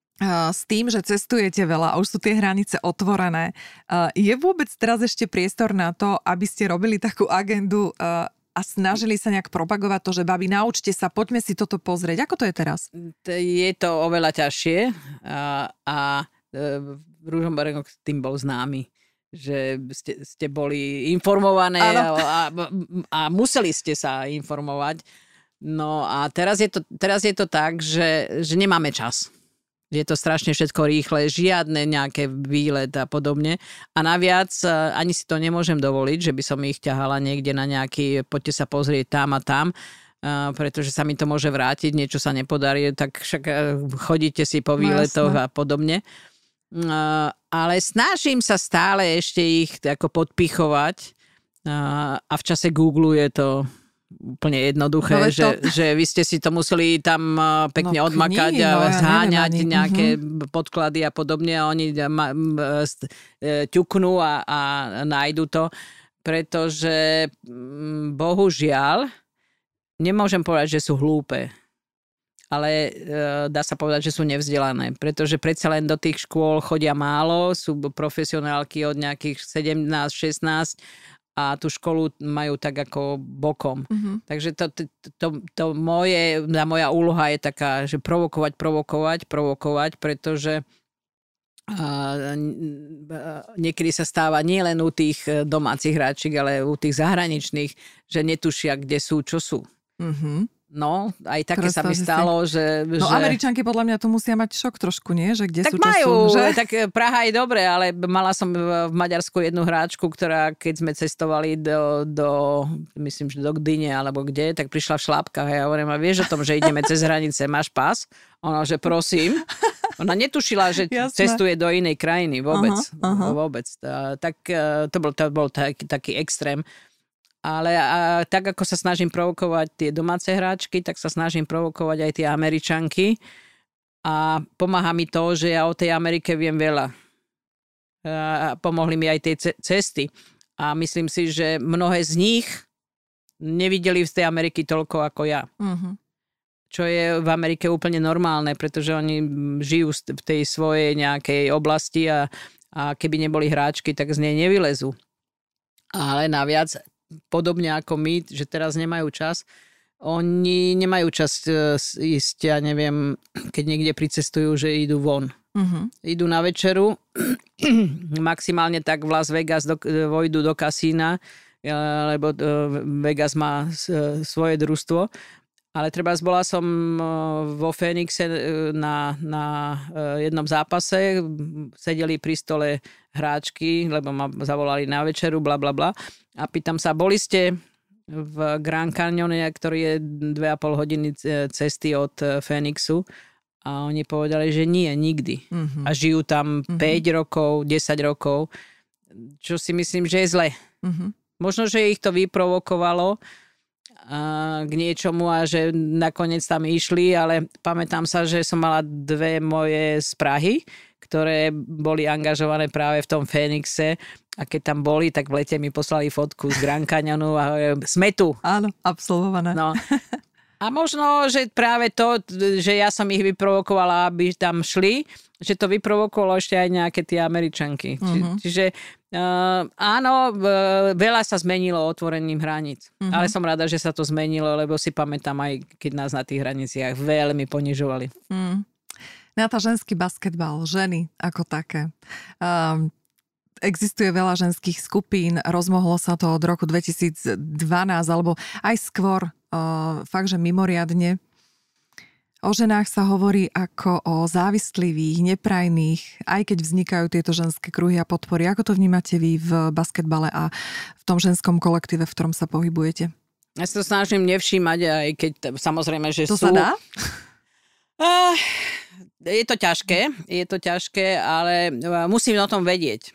s tým, že cestujete veľa a už sú tie hranice otvorené, je vôbec teraz ešte priestor na to, aby ste robili takú agendu a snažili sa nejak propagovať to, že babi, naučte sa, poďme si toto pozrieť. Ako to je teraz? Je to oveľa ťažšie a Ružomberok tým bol známy, že ste boli informované a museli ste sa informovať. No a teraz je to tak, že nemáme čas. Je to strašne všetko rýchle, žiadne nejaké výlet a podobne. A naviac ani si to nemôžem dovoliť, že by som ich ťahala niekde na nejaký, poďte sa pozrieť tam a tam, pretože sa mi to môže vrátiť, niečo sa nepodarí, tak však chodíte si po výletoch a podobne. Ale snažím sa stále ešte ich ako podpichovať a v čase Google je to úplne jednoduché, že vy ste si to museli tam pekne odmakať a zháňať nejaké podklady a podobne a oni ťuknú a nájdu to, pretože bohužiaľ nemôžem povedať, že sú hlúpe, ale dá sa povedať, že sú nevzdelané, pretože predsa len do tých škôl chodia málo, sú profesionálky od nejakých 17-16 a tú školu majú tak ako bokom. Takže moja úloha je taká, že provokovať, pretože niekedy sa stáva nie len u tých domácich hráčik, ale u tých zahraničných, že netušia, kde sú, čo sú. No, aj také sa mi stalo, že... No Američanky podľa mňa to musia mať šok trošku, nie? Že kde tak sú, majú, čo sú, že? Tak Praha je dobre, ale mala som v Maďarsku jednu hráčku, ktorá keď sme cestovali myslím, že do Gdyne alebo kde, tak prišla v šlápkach a ja hovorím, a vieš o tom, že ideme cez hranice, máš pás? Ona, že prosím. Ona netušila, že cestuje do inej krajiny vôbec. Vôbec. Tak to bol taký extrém. Ale tak, ako sa snažím provokovať tie domáce hráčky, tak sa snažím provokovať aj tie Američanky. A pomáha mi to, že ja o tej Amerike viem veľa. Pomohli mi aj tie cesty. A myslím si, že mnohé z nich nevideli z tej Ameriky toľko ako ja. čo je v Amerike úplne normálne, pretože oni žijú v tej svojej nejakej oblasti a keby neboli hráčky, tak z nej nevylezú. Ale naviac, podobne ako my, že teraz nemajú čas, oni nemajú čas ísť, ja neviem, keď niekde pricestujú, že idú von. Idú na večeru, maximálne tak v Las Vegas vojdu do kasína, lebo Vegas má svoje družstvo. Ale trebárs bola som vo Fénixe na jednom zápase, sedeli pri stole hráčky, lebo ma zavolali na večeru, bla bla bla. A pýtam sa, boli ste v Grand Canyone, ktorý je 2,5 hodiny cesty od Fénixu? A oni povedali, že nie, nikdy. A žijú tam 5 rokov, 10 rokov, čo si myslím, že je zle. Možno, že ich to vyprovokovalo k niečomu a že nakoniec tam išli, ale pamätám sa, že som mala 2 moje z Prahy, ktoré boli angažované práve v tom Fénixe a keď tam boli, tak v lete mi poslali fotku z Grand Canyonu a sme tu. Áno, absolvované. No. A možno, že práve to, že ja som ich vyprovokovala, aby tam šli, že to vyprovokovalo ešte aj nejaké tie Američanky. Čiže áno, veľa sa zmenilo otvorením hraníc. Ale som rada, že sa to zmenilo, lebo si pamätám aj, keď nás na tých hraniciach veľmi ponižovali. Na tá ženský basketbal, ženy ako také. Existuje veľa ženských skupín, rozmohlo sa to od roku 2012 alebo aj skôr, fakt, že mimoriadne. O ženách sa hovorí ako o závislivých, neprajných, aj keď vznikajú tieto ženské kruhy a podpory. Ako to vnímate vy v basketbale a v tom ženskom kolektíve, v ktorom sa pohybujete? Ja sa to snažím nevšímať, aj keď samozrejme, že to sú... To sa dá? Je to ťažké, ale musím o tom vedieť.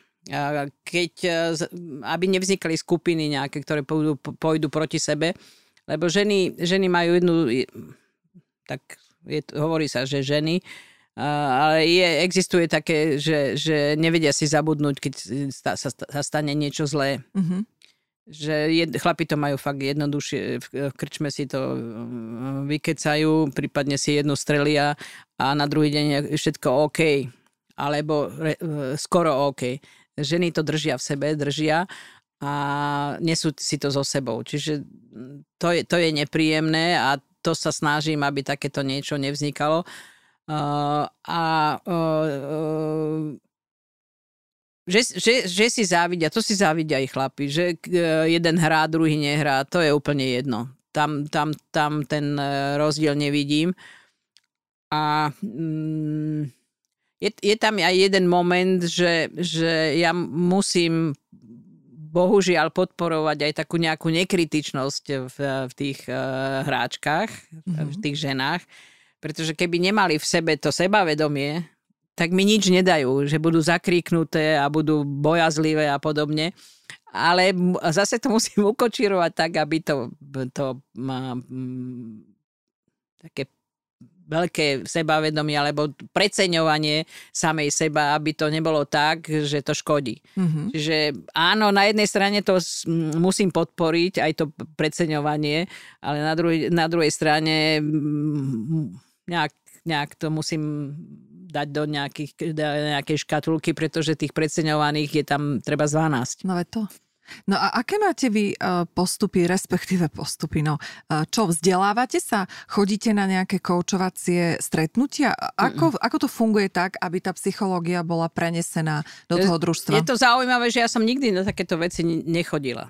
Aby nevznikali skupiny nejaké, ktoré pôjdu proti sebe, lebo ženy majú jednu, tak hovorí sa, že ženy, ale existuje také, že nevedia si zabudnúť, keď sa stane niečo zlé. Že chlapi to majú fakt jednoduchšie, v krčme si to vykecajú, prípadne si jednu strelia a na druhý deň je všetko OK, alebo skoro OK. Ženy to držia v sebe, a nesú si to so sebou. Čiže to je nepríjemné a to sa snažím, aby takéto niečo nevznikalo. Že si závidia, to si závidia aj chlapi, že jeden hrá, druhý nehrá, to je úplne jedno. Tam ten rozdiel nevidím. A je tam aj jeden moment, že ja musím bohužiaľ podporovať aj takú nejakú nekritičnosť v tých hráčkach, v tých ženách, pretože keby nemali v sebe to sebavedomie, tak mi nič nedajú, že budú zakríknuté a budú bojazlivé a podobne. Ale zase to musím ukočírovať tak, aby to také veľké sebavedomie alebo preceňovanie samej seba, aby to nebolo tak, že to škodí. Čiže áno, na jednej strane to musím podporiť, aj to preceňovanie, ale na druhej strane nejak to musím dať do nejakej škatulky, pretože tých preceňovaných je tam treba 12. No veď to. No a aké máte vy postupy, respektíve postupy? No, čo, vzdelávate sa? Chodíte na nejaké koučovacie stretnutia? Ako to funguje tak, aby tá psychológia bola prenesená do toho družstva? Je to zaujímavé, že ja som nikdy na takéto veci nechodila.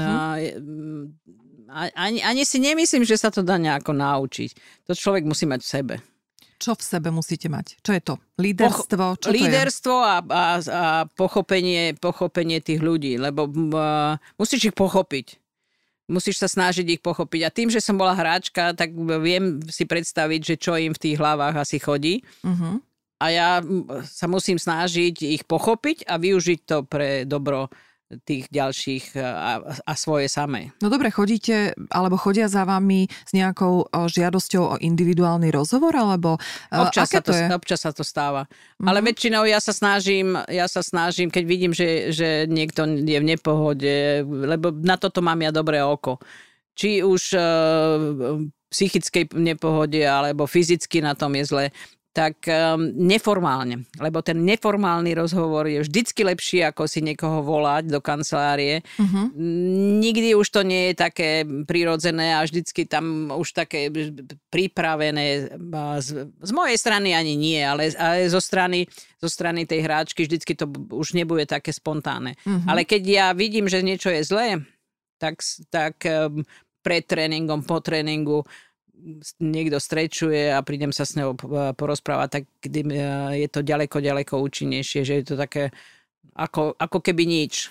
Ani si nemyslím, že sa to dá nejako naučiť. To človek musí mať v sebe. Čo v sebe musíte mať? Čo je to? Líderstvo? Líderstvo a pochopenie tých ľudí, lebo musíš ich pochopiť. Musíš sa snažiť ich pochopiť. A tým, že som bola hráčka, tak viem si predstaviť, že čo im v tých hlavách asi chodí. A ja sa musím snažiť ich pochopiť a využiť to pre dobro tých ďalších a svoje samé. No dobre, chodíte, alebo chodia za vami s nejakou žiadosťou o individuálny rozhovor, alebo občas sa to stáva. Ale väčšinou ja sa snažím, keď vidím, že niekto je v nepohode, lebo na toto mám ja dobré oko. Či už psychickej nepohode alebo fyzicky na tom je zle, tak neformálne. Lebo ten neformálny rozhovor je vždycky lepší, ako si niekoho volať do kancelárie. Nikdy už to nie je také prirodzené a vždycky tam už také pripravené. Z mojej strany ani nie, ale zo strany tej hráčky vždycky to už nebude také spontánne. Ale keď ja vidím, že niečo je zlé, tak pred tréningom, po tréningu niekto strečuje a prídem sa s ňou porozprávať, tak je to ďaleko účinnejšie, že je to také ako keby nič.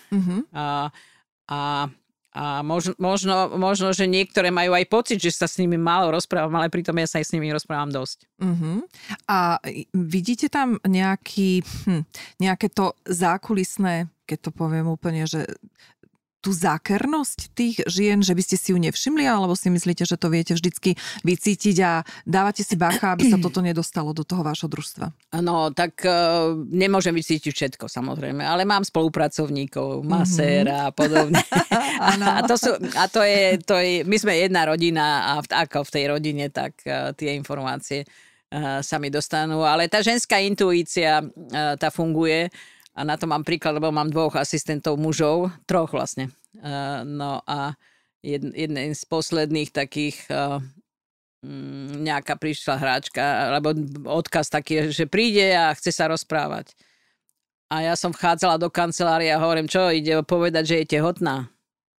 A možno, že niektoré majú aj pocit, že sa s nimi málo rozprávam, ale pritom ja sa aj s nimi rozprávam dosť. A vidíte tam nejaké to zákulisné, keď to poviem úplne, že tú zákernosť tých žien, že by ste si ju nevšimli, alebo si myslíte, že to viete vždycky vycítiť a dávate si bacha, aby sa toto nedostalo do toho vášho družstva? No, tak nemôžem vycítiť všetko, samozrejme, ale mám spolupracovníkov, maséra a podobne. A to je, my sme jedna rodina a ako v tej rodine, tak tie informácie sa mi dostanú. Ale tá ženská intuícia, tá funguje. A na to mám príklad, lebo mám 2 asistentov mužov, 3 vlastne. No a jeden z posledných takých nejaká prišla hráčka, alebo odkaz taký, že príde a chce sa rozprávať. A ja som vchádzala do kancelárie a hovorím, čo, ide povedať, že je tehotná.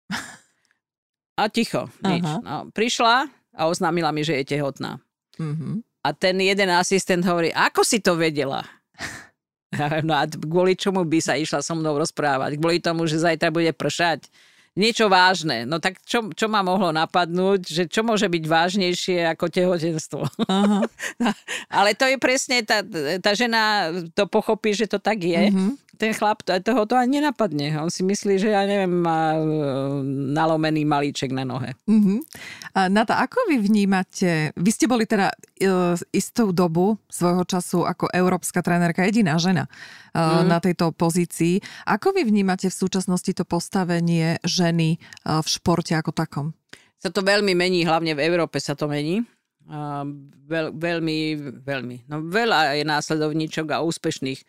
A ticho, nič. No, prišla a oznámila mi, že je tehotná. A ten jeden asistent hovorí, ako si to vedela? No a kvôli čomu by sa išla so mnou rozprávať? Kvôli tomu, že zajtra bude pršať? Niečo vážne. No tak čo ma mohlo napadnúť? Že čo môže byť vážnejšie ako tehotenstvo? Ale to je presne, tá žena to pochopí, že to tak je. Ten chlap, toho to ani nenapadne. On si myslí, že ja neviem, má nalomený malíček na nohe. Nata, ako vy vnímate, vy ste boli teda istou dobu svojho času ako európska trénerka, jediná žena na tejto pozícii. Ako vy vnímate v súčasnosti to postavenie ženy v športe ako takom? Sa to veľmi mení, hlavne v Európe sa to mení. Veľmi. No veľa je následovníčok a úspešných.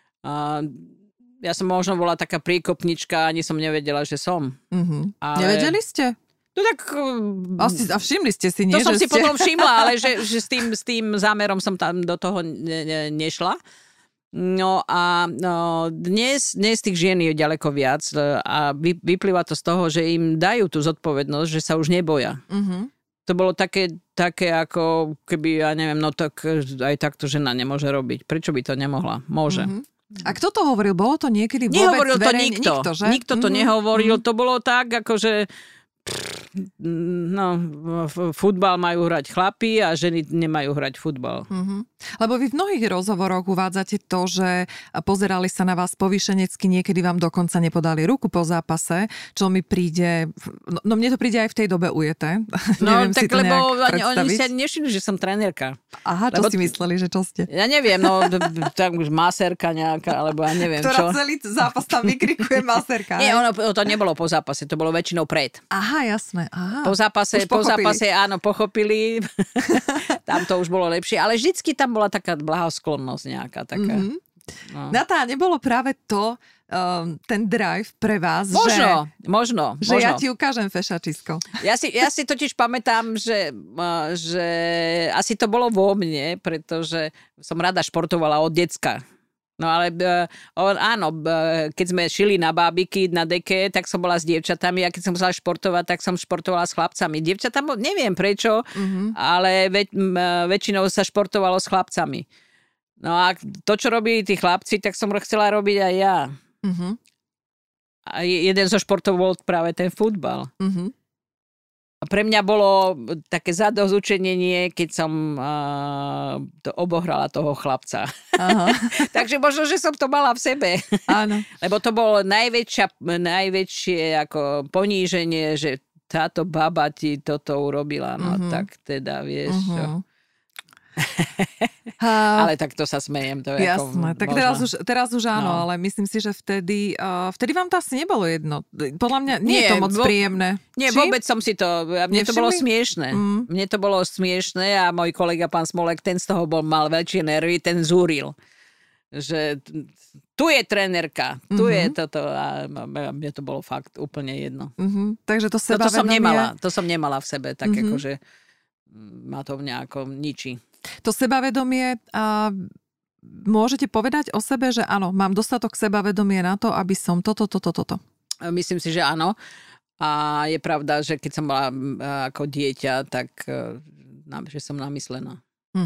Ja som možno bola taká príkopnička, ani som nevedela, že som. Ale... Nevedeli ste? No tak... A všimli ste si, nie? To som si potom všimla, ale že s tým zámerom som tam do toho nešla. No a dnes tých žien je ďaleko viac a vyplýva to z toho, že im dajú tú zodpovednosť, že sa už neboja. To bolo také ako keby, ja neviem, no tak aj takto žena nemôže robiť. Prečo by to nemohla? Môže. A kto to hovoril? Bolo to niekedy vôbec nehovoril to nikto, že? Nikto to nehovoril. To bolo tak, akože futbal majú hrať chlapi a ženy nemajú hrať futbal. Lebo vy v mnohých rozhovoroch uvádzate to, že pozerali sa na vás povýšenecky, niekedy vám dokonca nepodali ruku po zápase, čo mi príde, no mne to príde aj v tej dobe ujete. No tak lebo oni si nevšimli, že som trénerka. Aha, čo si mysleli, že čo ste? Ja neviem, no tak už masérka nejaká, alebo ja neviem ktorá čo. Ktorá celý zápas tam vykrikuje masérka. Nie, to nebolo po zápase, to bolo väčšinou pred. Aha, jasné. Aha. Po zápase áno, pochopili. Tam to už bolo lepšie, ale vždycky tam bola taká blahosklonnosť nejaká taká. No. Natá, nebolo práve to ten drive pre vás, možno. Že ja ti ukážem fešačisko. Ja si totiž pamätám, že asi to bolo vo mne, pretože som rada športovala od decka. No ale áno, keď sme šili na bábiky na deke, tak som bola s dievčatami a keď som musela športovať, tak som športovala s chlapcami. Dievčatá, neviem prečo, ale väčšinou sa športovalo s chlapcami. No a to, čo robili tí chlapci, tak som chcela robiť aj ja. A jeden zo športov bol práve ten futbal. A pre mňa bolo také zadozučenenie, keď som to obohrala toho chlapca. Takže možno, že som to mala v sebe. Áno. Lebo to bolo najväčšie ako poníženie, že táto baba ti toto urobila. No tak teda, vieš čo. Ale tak to sa smejem. To jasné, tak teraz už áno, no. Ale myslím si, že vtedy vám to asi nebolo jedno. Podľa mňa nie je to moc príjemné. Nie, vôbec som si to... Mne to bolo smiešné. Mne to bolo smiešné a môj kolega pán Smolek, ten z toho mal väčšie nervy, ten zúril. Že tu je trénerka, tu je toto a mne to bolo fakt úplne jedno. Takže to sebavedomie... To som nemala v sebe, tak akože ma to nejako ničí. To sebavedomie, môžete povedať o sebe, že áno, mám dostatok sebavedomie na to, aby som toto. Myslím si, že áno. A je pravda, že keď som bola ako dieťa, tak že som namyslená.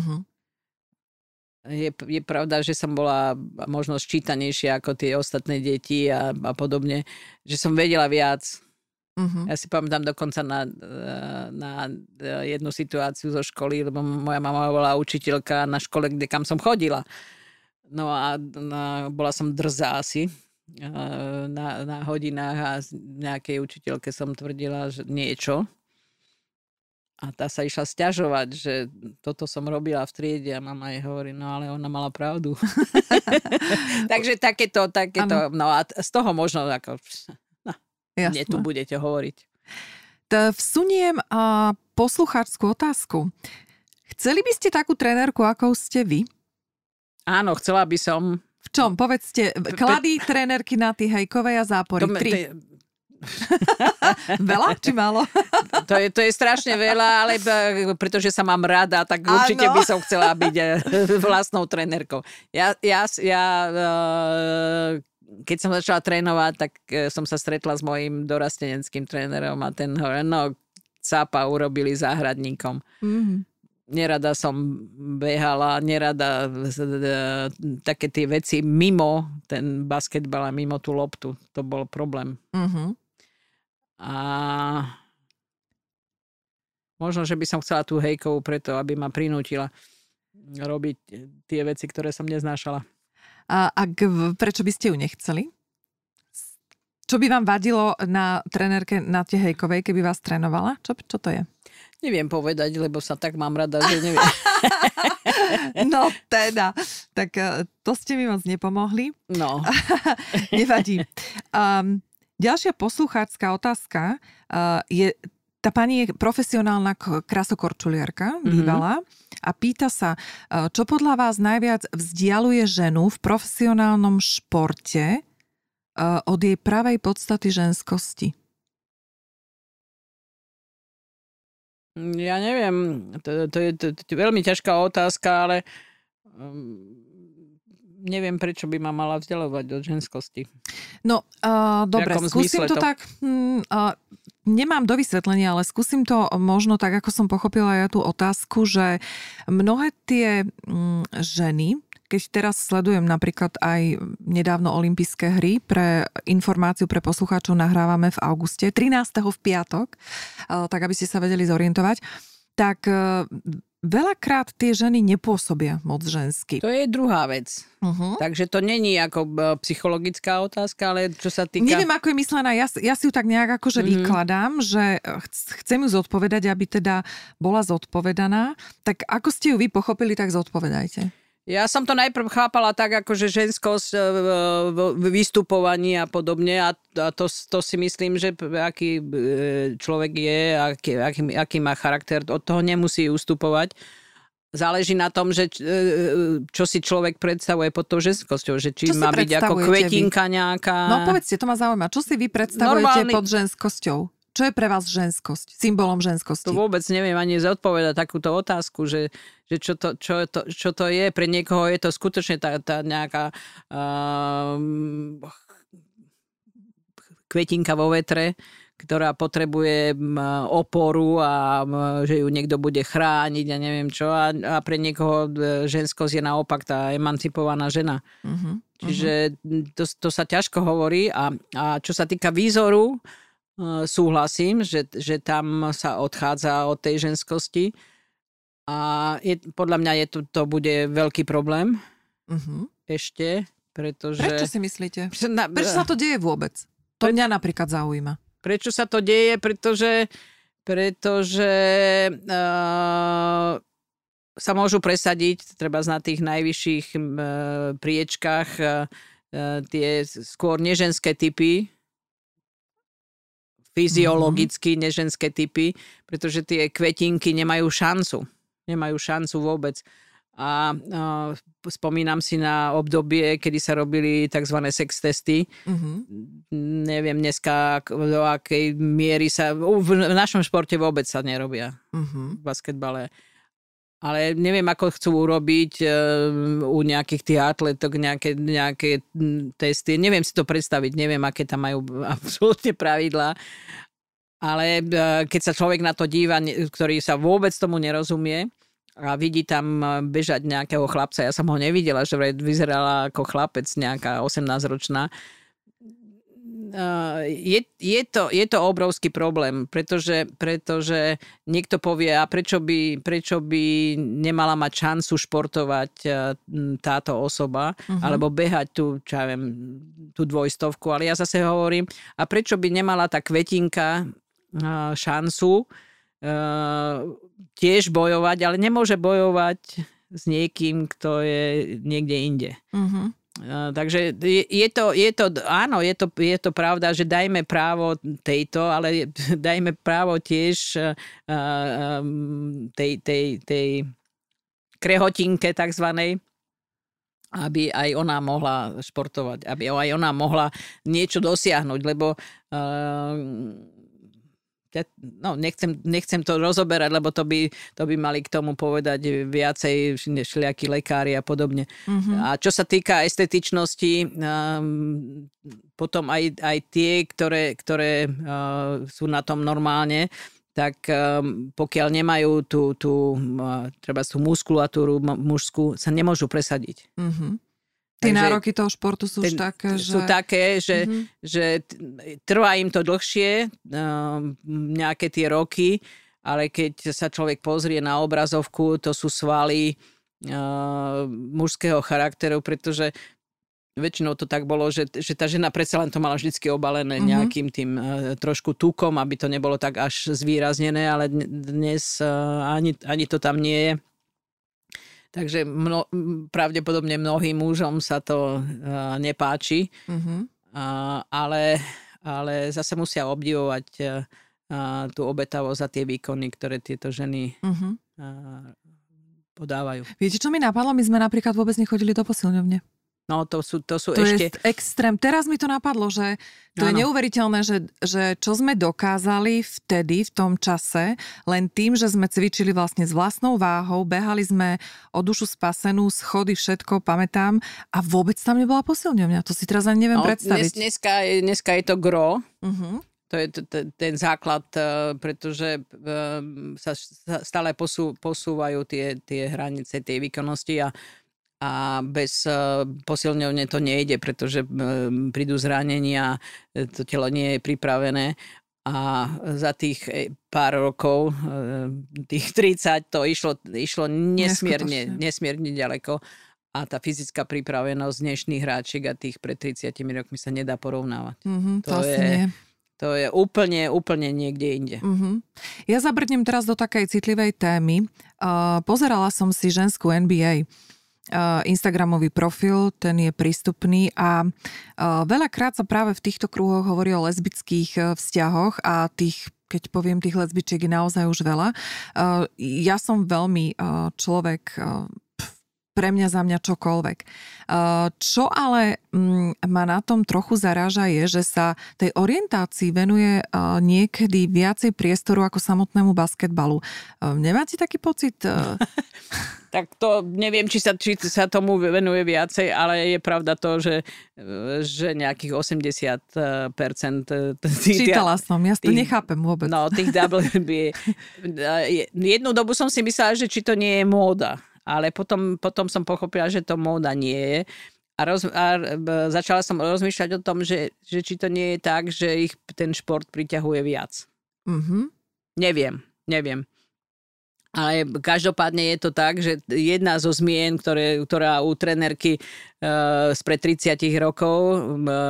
Je pravda, že som bola možno sčítanejšia ako tie ostatné deti a podobne, že som vedela viac. Ja si pamätám dokonca na jednu situáciu zo školy, lebo moja mama bola učiteľka na škole, kam som chodila. No a bola som drzá asi na hodinách a nejakej učiteľke som tvrdila, že niečo. A tá sa išla sťažovať, že toto som robila v triede a mama jej hovorí, no ale ona mala pravdu. Takže takéto, no a z toho možno ako... Jasné. Tu budete hovoriť. Vsuniem poslucháčskú otázku. Chceli by ste takú trénerku, ako ste vy? Áno, chcela by som. V čom? Povedzte, klady trénerky na Hejkovej a zápory. 3. Veľa či málo? To je strašne veľa, ale pretože sa mám rada, tak určite by som chcela byť vlastnou trénerkou. Keď som začala trénovať, tak som sa stretla s mojím dorasteneckým trénerom a ten hovoril, no cápa urobili záhradníkom. Nerada som behala, nerada také tie veci mimo ten basketbal a mimo tú loptu. To bol problém. A možno, že by som chcela tú Hejkovú preto, aby ma prinútila robiť tie veci, ktoré som neznášala. A prečo by ste ju nechceli? Čo by vám vadilo na trénerke na Hejkovej, keby vás trénovala? Čo to je? Neviem povedať, lebo sa tak mám rada, že neviem. No teda, tak to ste mi moc nepomohli. No. Nevadí. Ďalšia poslucháčská otázka je... Tá pani je profesionálna krasokorčuliarka, bývalá, a pýta sa, čo podľa vás najviac vzdialuje ženu v profesionálnom športe od jej pravej podstaty ženskosti? Ja neviem, to je veľmi ťažká otázka, ale neviem, prečo by ma mala vzdialovať od ženskosti. No, dobre, skúsim to tak... Nemám do vysvetlenia, ale skúsim to možno tak, ako som pochopila ja tú otázku, že mnohé tie ženy, keď teraz sledujem napríklad aj nedávno olympijské hry, pre informáciu pre poslucháčov nahrávame v auguste, 13. v piatok, tak aby ste sa vedeli zorientovať, tak veľakrát tie ženy nepôsobia moc žensky. To je druhá vec. Takže to není ako psychologická otázka, ale čo sa týka... Neviem, ako je myslená. Ja si ju tak nejak akože vykladám, že chcem ju zodpovedať, aby teda bola zodpovedaná. Tak ako ste ju vy pochopili, tak zodpovedajte. Ja som to najprv chápala tak, akože ženskosť v vystupovaní a podobne a to si myslím, že aký človek je, aký má charakter, od toho nemusí ustupovať. Záleží na tom, že čo si človek predstavuje pod tou ženskosťou, že či má byť ako kvetinka nejaká. No povedzte, to ma zaujíma. Čo si vy predstavujete pod ženskosťou? Čo je pre vás ženskosť? Symbolom ženskosti? To vôbec neviem ani zodpovedať takúto otázku, že čo to je. Pre niekoho je to skutočne tá nejaká kvetinka vo vetre, ktorá potrebuje oporu a že ju niekto bude chrániť a neviem čo. A pre niekoho ženskosť je naopak tá emancipovaná žena. Čiže to sa ťažko hovorí. A čo sa týka výzoru, súhlasím, že tam sa odchádza od tej ženskosti a podľa mňa to bude veľký problém ešte, pretože... Prečo si myslíte? Prečo sa to deje vôbec? To mňa napríklad zaujíma. Prečo sa to deje? Pretože sa môžu presadiť, treba na tých najvyšších priečkách tie skôr neženské typy, fyziologicky neženské typy, pretože tie kvetinky nemajú šancu. Nemajú šancu vôbec. A spomínam si na obdobie, kedy sa robili tzv. Sex testy. Neviem dneska, do akej miery sa... V našom športe vôbec sa nerobia. V basketbale. Ale neviem, ako chcú urobiť u nejakých tých atletok nejaké testy. Neviem si to predstaviť, neviem, aké tam majú absolútne pravidlá. Ale keď sa človek na to díva, ktorý sa vôbec tomu nerozumie a vidí tam bežať nejakého chlapca, ja som ho nevidela, že vyzerala ako chlapec, nejaká 18-ročná, je to obrovský problém, pretože niekto povie, a prečo by nemala mať šancu športovať táto osoba, alebo behať tú dvojstovku, ale ja zase hovorím, a prečo by nemala tá kvetinka šancu tiež bojovať, ale nemôže bojovať s niekým, kto je niekde inde. Takže je to pravda, že dajme právo tejto, ale dajme právo tiež tej krehotinke takzvanej, aby aj ona mohla športovať, aby aj ona mohla niečo dosiahnuť, lebo nechcem to rozoberať, lebo to by mali k tomu povedať viacej všelijakí lekári a podobne. A čo sa týka estetičnosti, potom aj tie, ktoré sú na tom normálne, tak pokiaľ nemajú tú muskulatúru mužskú, sa nemôžu presadiť. Tie nároky toho športu sú už také, že... Sú také, že trvá im to dlhšie, nejaké tie roky, ale keď sa človek pozrie na obrazovku, to sú svaly mužského charakteru, pretože väčšinou to tak bolo, že tá žena predsa len to mala vždycky obalené nejakým tým trošku tukom, aby to nebolo tak až zvýraznené, ale dnes ani to tam nie je. Takže pravdepodobne mnohým mužom sa to nepáči, ale zase musia obdivovať tú obetavosť a tie výkony, ktoré tieto ženy podávajú. Viete, čo mi napadlo? My sme napríklad vôbec nechodili do posilňovne. No, to sú to ešte... je extrém. Teraz mi to napadlo, že to je neuveriteľné, že čo sme dokázali vtedy, v tom čase, len tým, že sme cvičili vlastne s vlastnou váhou, behali sme o dušu spasenú, schody, všetko, pamätám, a vôbec tam nebola posilňovňa. To si teraz ani neviem predstaviť. Dneska je to gro. To je ten základ, pretože sa stále posúvajú tie hranice tej výkonnosti a bez posilňovne to nejde, pretože prídu zranenia, to telo nie je pripravené a za tých pár rokov, tých 30, to išlo nesmierne ďaleko a tá fyzická pripravenosť dnešných hráčiek a tých pred 30 rokmi sa nedá porovnávať. To je úplne niekde inde. Ja zabrdnem teraz do takej citlivej témy. Pozerala som si ženskú NBA. Instagramový profil, ten je prístupný a veľakrát sa práve v týchto kruhoch hovorí o lesbických vzťahoch a keď poviem tých lesbičiek, je naozaj už veľa. Ja som veľmi človek, pre mňa za mňa čokoľvek. Čo ale ma na tom trochu zaráža je, že sa tej orientácii venuje niekedy viacej priestoru ako samotnému basketbalu. Nemáte taký pocit? Tak to neviem, či sa tomu venuje viacej, ale je pravda to, že nejakých 80%... Čítala som, ja to nechápem vôbec. No, tých WNBA. Jednu dobu som si myslela, že či to nie je móda. Ale potom som pochopila, že to móda nie je. A začala som rozmýšľať o tom, že či to nie je tak, že ich ten šport priťahuje viac. Neviem. Ale každopádne je to tak, že jedna zo zmien, ktorá u trenérky spred 30 rokov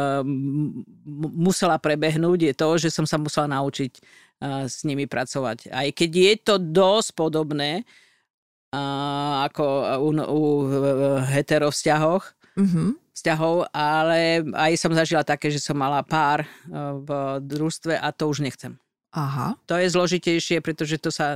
musela prebehnúť, je to, že som sa musela naučiť s nimi pracovať. Aj keď je to dosť podobné, ako u heterovzťahov, ale aj som zažila také, že som mala pár v družstve a to už nechcem. Aha. To je zložitejšie, pretože to sa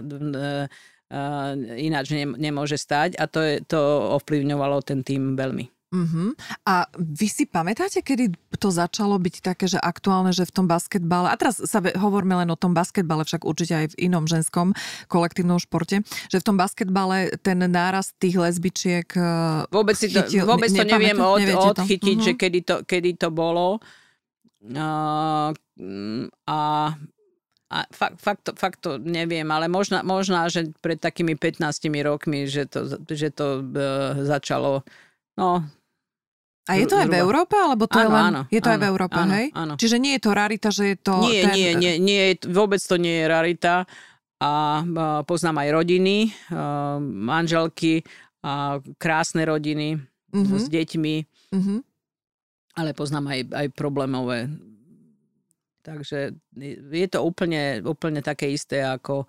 ináč nemôže stať a to ovplyvňovalo ten tým veľmi. A vy si pamätáte, kedy to začalo byť také, že aktuálne, že v tom basketbale, a teraz sa hovoríme len o tom basketbale, však určite aj v inom ženskom kolektívnom športe, že v tom basketbale ten nárast tých lesbičiek vôbec to neviem odchytiť, že kedy to bolo. A fakt to neviem, ale možná, že pred takými 15 rokmi, že to začalo, no. A je to aj v Európe, alebo to je to aj v Európe, hej? Áno. Čiže nie je to rarita, že je to... Nie, vôbec to nie je rarita a poznám aj rodiny, manželky, krásne rodiny s deťmi, ale poznám aj problémové. Takže je to úplne také isté ako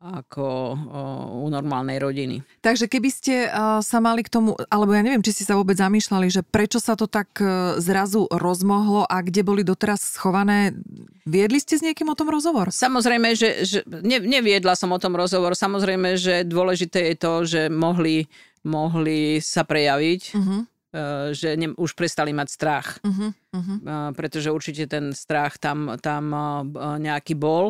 u normálnej rodiny. Takže keby ste sa mali k tomu, alebo ja neviem, či ste sa vôbec zamýšľali, že prečo sa to tak zrazu rozmohlo a kde boli doteraz schované, viedli ste s niekým o tom rozhovor? Samozrejme, že neviedla som o tom rozhovor. Samozrejme, že dôležité je to, že mohli sa prejaviť, že už prestali mať strach. Pretože určite ten strach tam nejaký bol.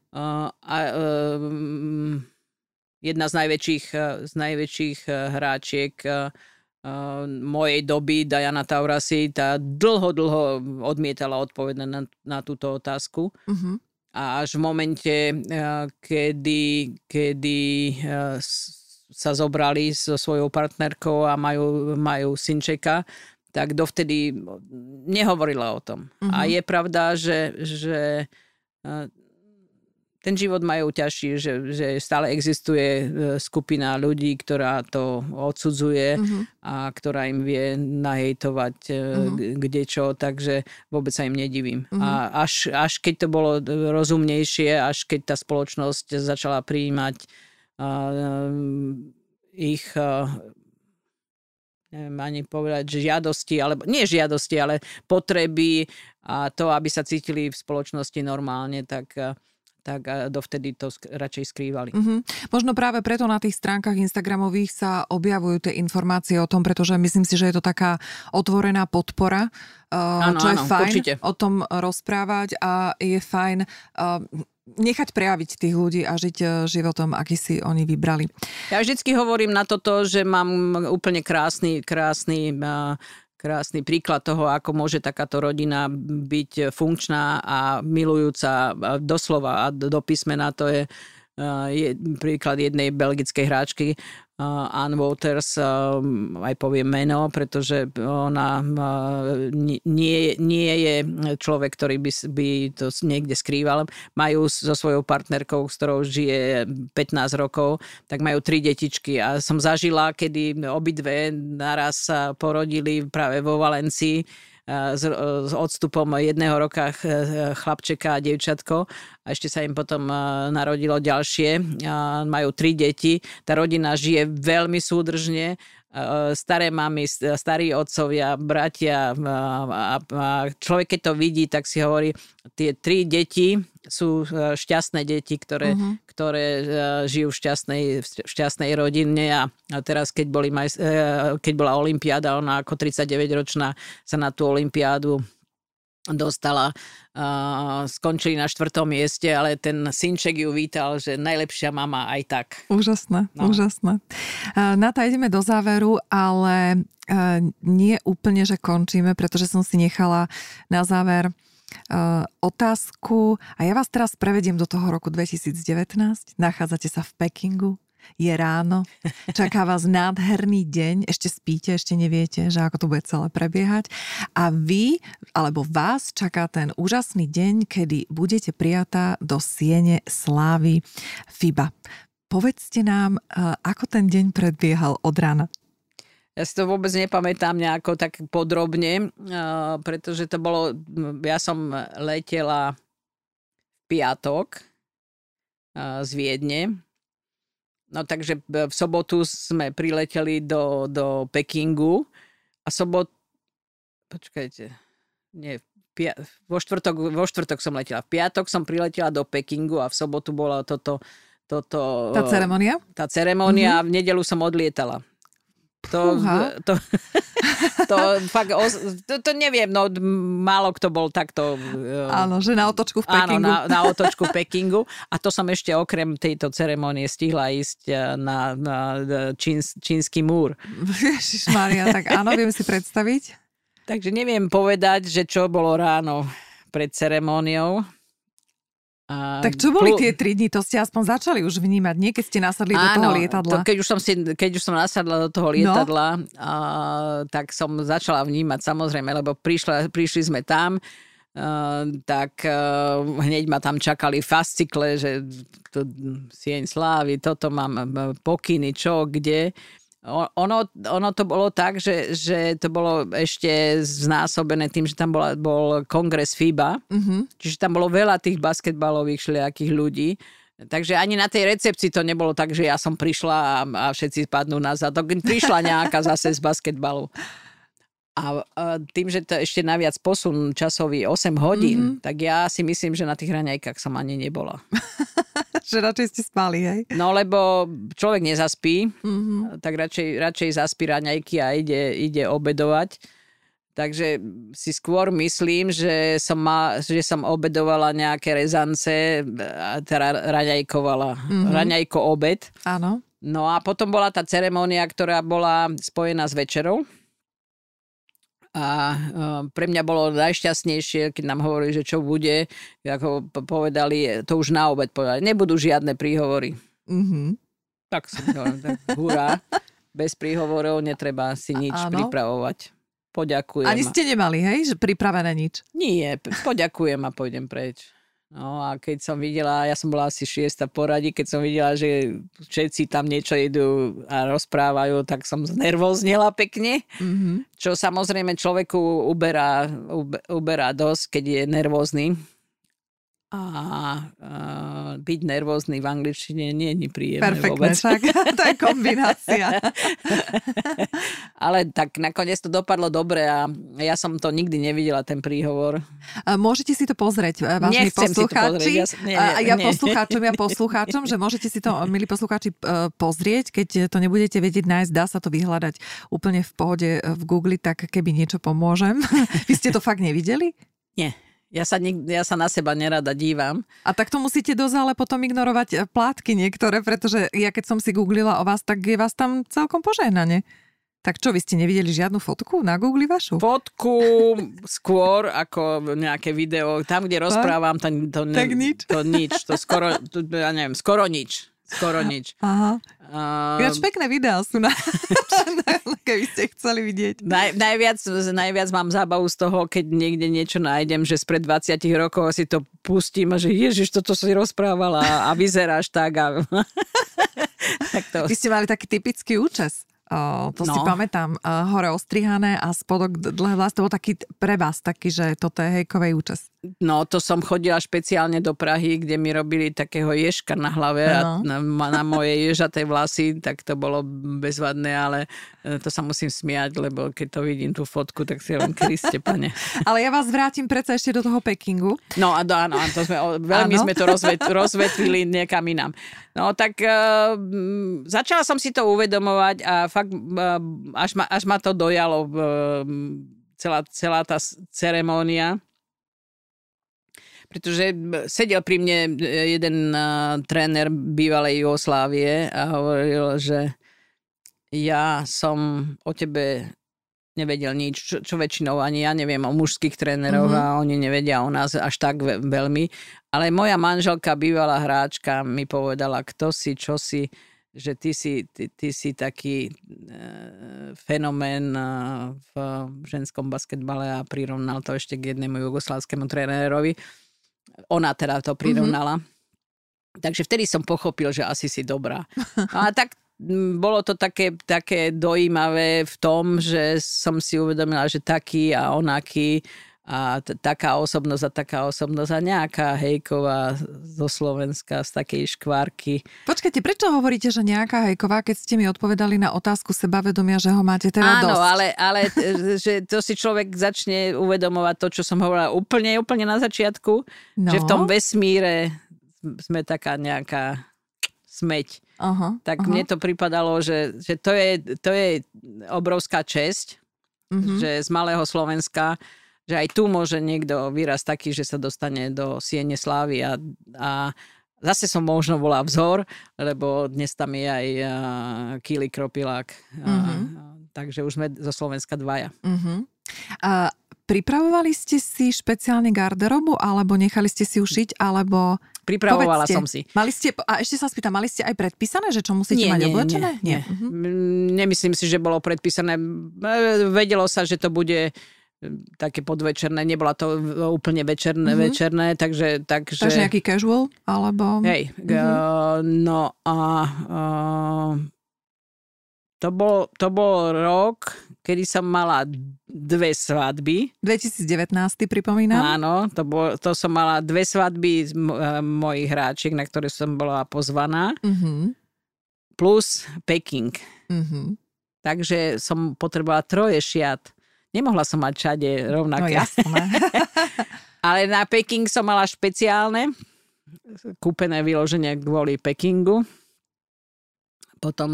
Jedna z najväčších hráčiek mojej doby, Diana Taurasi, tá dlho odmietala odpovedať na túto otázku. A až v momente, kedy sa zobrali so svojou partnerkou a majú synčeka, tak dovtedy nehovorila o tom. A je pravda, že ten život majú ťažší, že stále existuje skupina ľudí, ktorá to odsudzuje a ktorá im vie nahejtovať kdečo, takže vôbec sa im nedivím. A až keď to bolo rozumnejšie, až keď tá spoločnosť začala prijímať ich neviem ani povedať, že žiadosti, alebo nie žiadosti, ale potreby a to, aby sa cítili v spoločnosti normálne, tak dovtedy to radšej skrývali. Možno práve preto na tých stránkach Instagramových sa objavujú tie informácie o tom, pretože myslím si, že je to taká otvorená podpora, čo je fajn určite. O tom rozprávať a je fajn nechať prejaviť tých ľudí a žiť životom, aký si oni vybrali. Ja vždycky hovorím na toto, že mám úplne krásny príklad toho, ako môže takáto rodina byť funkčná a milujúca doslova a do písmena. To je príklad jednej belgickej hráčky, Anne Wouters, aj poviem meno, pretože ona nie je človek, ktorý by to niekde skrýval. Majú so svojou partnerkou, s ktorou žije 15 rokov, tak majú 3 detičky a som zažila, kedy obidve naraz sa porodili práve vo Valencii s odstupom 1 roka chlapčeka a dievčatko a ešte sa im potom narodilo ďalšie. Majú 3 deti. Tá rodina žije veľmi súdržne. Staré mamy, starí otcovia, bratia a človek, keď to vidí, tak si hovorí, tie 3 deti sú šťastné deti, ktoré žijú v šťastnej rodine a teraz, keď bola olympiáda, ona ako 39-ročná sa na tú olympiádu dostala, skončili na 4. mieste, ale ten synček ju vítal, že najlepšia mama aj tak. Úžasné. Nata, ideme do záveru, ale nie úplne, že končíme, pretože som si nechala na záver otázku a ja vás teraz prevediem do toho roku 2019. Nachádzate sa v Pekingu, je ráno, čaká vás nádherný deň, ešte spíte, ešte neviete, že ako to bude celé prebiehať a vy, alebo vás čaká ten úžasný deň, kedy budete prijatá do siene slávy FIBA. Povedzte nám, ako ten deň predbiehal od rána. Ja si to vôbec nepamätám nejako tak podrobne, pretože to bolo, ja som letela v piatok z Viedne No takže v sobotu sme prileteli do Pekingu a počkajte, nie, vo štvrtok som letela. V piatok som priletela do Pekingu a v sobotu bola Tá ceremonia? Tá ceremonia a v nedeľu som odlietala. To fakt, to neviem, no málo kto bol takto. Áno, že na otočku v Pekingu. Áno, na otočku v Pekingu. A to som ešte okrem tejto ceremonie stihla ísť na čínsky múr. Ježišmária, tak áno, viem si predstaviť. Takže neviem povedať, že čo bolo ráno pred ceremóniou. Tak čo boli tie 3 dni? To ste aspoň začali už vnímať, nie? Keď ste nasadli do toho lietadla. Keď už som nasadla do toho lietadla, tak som začala vnímať, samozrejme, lebo prišli sme tam, tak hneď ma tam čakali fascikle, že to Sieň slávy, toto mám pokyny, čo, kde. Ono to bolo tak, že to bolo ešte znásobené tým, že tam bol kongres FIBA, čiže tam bolo veľa tých basketbalových všelijakých ľudí. Takže ani na tej recepcii to nebolo tak, že ja som prišla a všetci spadnú na zadok. Prišla nejaká zase z basketbalu. A tým, že to ešte naviac posun časový 8 hodín, tak ja si myslím, že na tých raňajkách som ani nebola. Že radšej ste spali, hej? No, lebo človek nezaspí, tak radšej zaspí raňajky a ide obedovať. Takže si skôr myslím, že som obedovala nejaké rezance, teda raňajkovala. Raňajko obed. Áno. No a potom bola tá ceremónia, ktorá bola spojená s večerou. A pre mňa bolo najšťastnejšie, keď nám hovorili, že čo bude, ako povedali, to už na obed povedali, nebudú žiadne príhovory. Tak som povedala, hurá, bez príhovorov netreba si nič pripravovať. Poďakujem. Ani ste nemali, hej, že pripravené nič? Nie, poďakujem a pôjdem preč. No a keď som videla, ja som bola asi 6. poradí, keď som videla, že všetci tam niečo idú a rozprávajú, tak som znervóznela pekne. Čo samozrejme človeku uberá dosť, keď je nervózny. A byť nervózny v angličtine nie je príjemné vôbec. Perfektné, však. To je kombinácia. Ale tak nakoniec to dopadlo dobre a ja som to nikdy nevidela, ten príhovor. Môžete si to pozrieť, vážni poslucháči. Poslucháčom, že môžete si to, milí poslucháči, pozrieť, keď to nebudete vedieť nájsť, dá sa to vyhľadať úplne v pohode v Google, tak keby niečo pomôžem. Vy ste to fakt nevideli? Nie. Ja sa na seba nerada dívam. A tak to musíte dosť ale potom ignorovať plátky niektoré, pretože ja keď som si googlila o vás, tak je vás tam celkom požehnane. Tak čo, vy ste nevideli žiadnu fotku na Google vašu? Fotku skôr ako nejaké video. Tam, kde rozprávam, to nič. To skoro, ja neviem, skoro nič. Aha. Ináč pekné videá sú keby ste chceli vidieť. Najviac mám zábavu z toho, keď niekde niečo nájdem, že spred 20 rokov si to pustím a že ježiš, toto si rozprávala a vyzeráš tak. Tak to... Vy ste mali taký typický účes. Si pamätám, hore ostrihané a spodok dlhé vlasy, to bol taký pre vás taký, že toto je hejkovej účes. No, to som chodila špeciálne do Prahy, kde mi robili takého ježka na hlave a na moje ježaté vlasy, tak to bolo bezvadné, ale to sa musím smiať, lebo keď to vidím tú fotku, tak si hovorím, Kriste, pane. Ale ja vás vrátim predsa ešte do toho Pekingu. No, áno, to veľmi sme to rozvetvili niekam inám. No, tak začala som si to uvedomovať a fakt až ma to dojalo celá tá ceremónia. Pretože sedel pri mne jeden tréner bývalej Jugoslávie a hovoril, že ja som o tebe nevedel nič, čo väčšinou ani ja neviem o mužských tréneroch a oni nevedia o nás až tak veľmi. Ale moja manželka, bývalá hráčka, mi povedala, kto si, čo si, že ty si taký fenomén v ženskom basketbale a prirovnal to ešte k jednému jugoslávskému trénerovi. Ona teda to prirovnala. Takže vtedy som pochopil, že asi si dobrá. A tak bolo to také dojímavé v tom, že som si uvedomila, že taký a onaký taká osobnosť a nejaká Hejková zo Slovenska z takej škvárky. Počkajte, prečo hovoríte, že nejaká Hejková, keď ste mi odpovedali na otázku sebavedomia, že ho máte teda dosť? Áno, ale že to si človek začne uvedomovať to, čo som hovorila úplne na začiatku, že v tom vesmíre sme taká nejaká smeť. Tak mne to pripadalo, že to je obrovská česť, že z malého Slovenska, že aj tu môže niekto výraz taký, že sa dostane do siene slávy a zase som možno bola vzor, lebo dnes tam je aj Kýli Kropilák. Takže už sme zo Slovenska dvaja. A pripravovali ste si špeciálne garderobu, alebo nechali ste si ušiť, alebo... Pripravovala som si. Mali ste, a ešte sa spýtam, mali ste aj predpísané, že čo musíte mať oblečené? Nie. Nemyslím si, že bolo predpísané. Vedelo sa, že to bude také podvečerné, nebola to úplne večerné, takže... Takže nejaký casual, alebo... Hej, no a to bol rok, kedy som mala 2 svadby. 2019, pripomínam. Áno, to som mala 2 svadby z mojich hráčiek, na ktoré som bola pozvaná. Plus Peking. Takže som potrebovala 3 šiat. Nemohla som mať všade rovnaké. No jasné. Ale na Peking som mala špeciálne, kúpené vyloženie kvôli Pekingu. Potom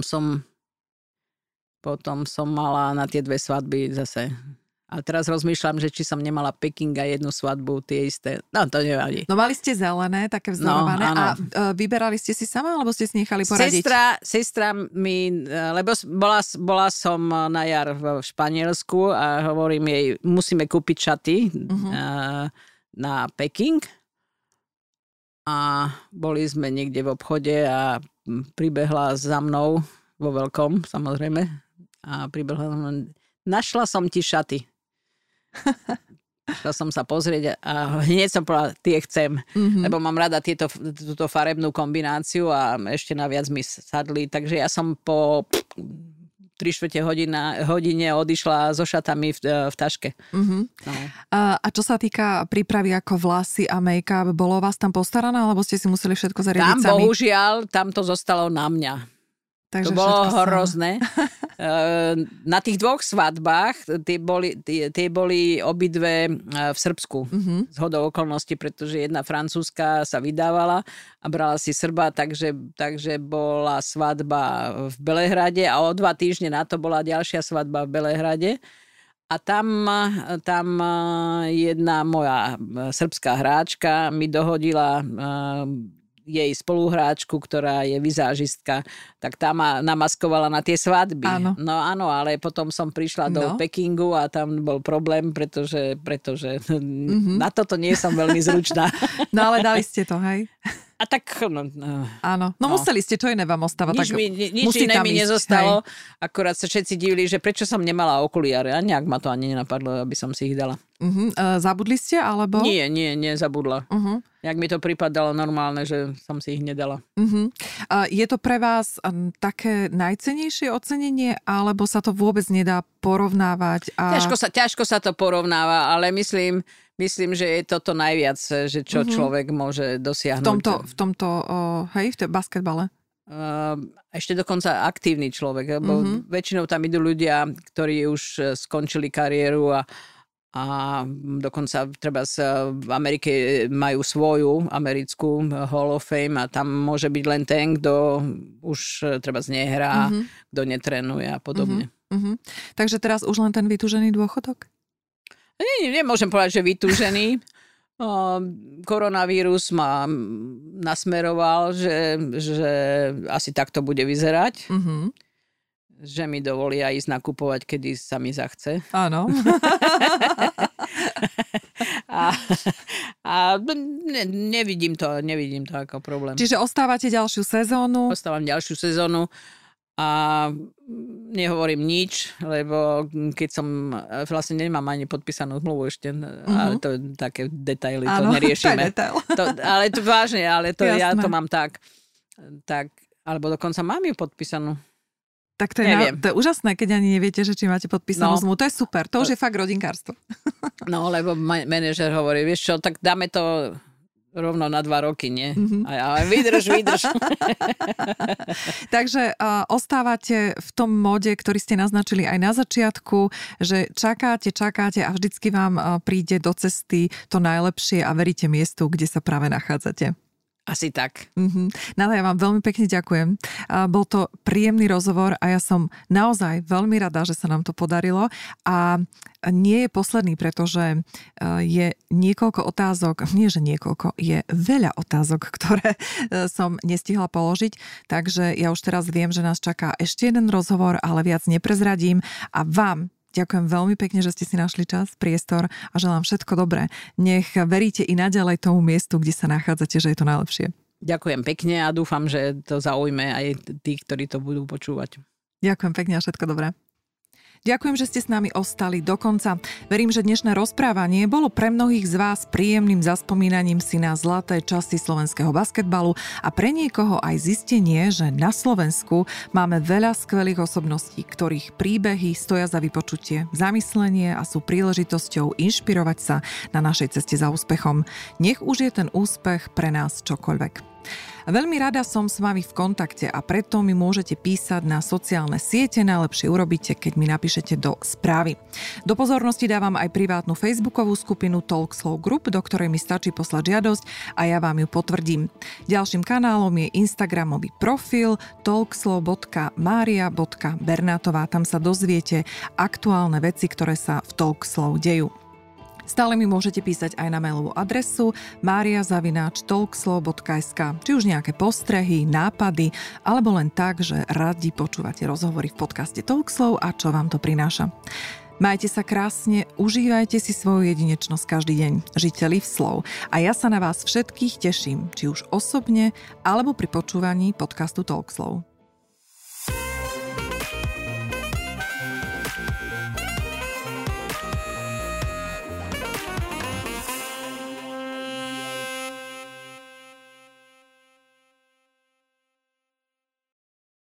som mala na tie 2 svadby zase. A teraz rozmýšľam, že či som nemala Peking a 1 svadbu, tie isté. No, to nevadí. No mali ste zelené, také vzorované. A vyberali ste si sama, alebo ste si nechali poradiť? Sestra mi, lebo bola som na jar v Španielsku a hovorím jej, musíme kúpiť šaty na Peking. A boli sme niekde v obchode a pribehla za mnou, vo veľkom, samozrejme. A pribehla za mnou, našla som ti šaty. Chcel som sa pozrieť a hneď som povedala, tie chcem, lebo mám rada túto farebnú kombináciu a ešte naviac mi sadli, takže ja som po 3/4 hodine odišla so šatami v taške. No. A čo sa týka prípravy ako vlasy a make-up, bolo vás tam postarané, alebo ste si museli všetko zariadiť sami? Bohužiaľ, tam to zostalo na mňa. Takže to bolo hrozné. Na tých 2 svadbách, tie boli obidve v Srbsku. Zhodou okolností, pretože jedna francúzska sa vydávala a brala si Srba, takže bola svadba v Belehrade a o 2 týždne na to bola ďalšia svadba v Belehrade. A tam jedna moja srbská hráčka mi dohodila jej spoluhráčku, ktorá je vizážistka, tak tá ma namaskovala na tie svadby. Áno. No áno, ale potom som prišla do Pekingu a tam bol problém, pretože na toto nie som veľmi zručná. No ale dali ste to, hej? A tak... Áno. No museli ste, čo iné vám ostáva. Nič iné mi nezostalo. Hej. Akorát sa všetci divili, že prečo som nemala okuliare. A nejak ma to ani nenapadlo, aby som si ich dala. Zabudli ste, alebo? Nie, zabudla. Jak mi to pripadalo normálne, že som si ich nedala. Je to pre vás také najcennejšie ocenenie, alebo sa to vôbec nedá porovnávať? Ťažko sa to porovnáva, ale myslím, že je toto najviac, že čo človek môže dosiahnuť. V tomto v basketbale? Ešte dokonca aktívny človek, lebo väčšinou tam idú ľudia, ktorí už skončili kariéru a dokonca treba v Amerike majú svoju americkú Hall of Fame a tam môže byť len ten, kto už treba nehrá, kto netrenuje a podobne. Takže teraz už len ten vytúžený dôchodok? Nemôžem povedať, že vytúžený. Koronavírus ma nasmeroval, že asi takto bude vyzerať. Že mi dovolia ísť nakupovať, kedy sa mi zachce. Áno. a nevidím to ako problém. Čiže ostávate ďalšiu sezónu? Ostávam ďalšiu sezónu a nehovorím nič, lebo keď som vlastne nemám ani podpísanú zmluvu ešte, ale to také detaily, to neriešime. Ale to vážne, ja to mám tak, alebo dokonca mám ju podpísanú. Tak to je úžasné, keď ani neviete, že či máte podpísanú zmluvu. To je super, to už je fakt rodinkárstvo. No, lebo manažer hovorí, vieš čo, tak dáme to rovno na 2 roky, nie? A ja, vydrž. Takže ostávate v tom móde, ktorý ste naznačili aj na začiatku, že čakáte a vždycky vám príde do cesty to najlepšie a veríte miestu, kde sa práve nachádzate. Asi tak. Náda, ja vám veľmi pekne ďakujem. Bol to príjemný rozhovor a ja som naozaj veľmi rada, že sa nám to podarilo a nie je posledný, pretože je niekoľko otázok, je veľa otázok, ktoré som nestihla položiť, takže ja už teraz viem, že nás čaká ešte jeden rozhovor, ale viac neprezradím a vám ďakujem veľmi pekne, že ste si našli čas, priestor a želám všetko dobré. Nech veríte i naďalej tomu miestu, kde sa nachádzate, že je to najlepšie. Ďakujem pekne a dúfam, že to zaujme aj tých, ktorí to budú počúvať. Ďakujem pekne a všetko dobré. Ďakujem, že ste s nami ostali do konca. Verím, že dnešné rozprávanie bolo pre mnohých z vás príjemným zaspomínaním si na zlaté časy slovenského basketbalu a pre niekoho aj zistenie, že na Slovensku máme veľa skvelých osobností, ktorých príbehy stoja za vypočutie, zamyslenie a sú príležitosťou inšpirovať sa na našej ceste za úspechom. Nech už je ten úspech pre nás čokoľvek. Veľmi rada som s vami v kontakte a preto mi môžete písať na sociálne siete. Najlepšie urobíte, keď mi napíšete do správy. Do pozornosti dávam aj privátnu facebookovú skupinu Talkslow Group, do ktorej mi stačí poslať žiadosť a ja vám ju potvrdím. Ďalším kanálom je instagramový profil talkslow.maria.bernatová. Tam sa dozviete aktuálne veci, ktoré sa v Talkslow dejú. Stále mi môžete písať aj na mailovú adresu maria@talkslow.sk, či už nejaké postrehy, nápady, alebo len tak, že radi počúvate rozhovory v podcaste Talkslow a čo vám to prináša. Majte sa krásne, užívajte si svoju jedinečnosť každý deň. Žite live slow. A ja sa na vás všetkých teším, či už osobne, alebo pri počúvaní podcastu Talkslow.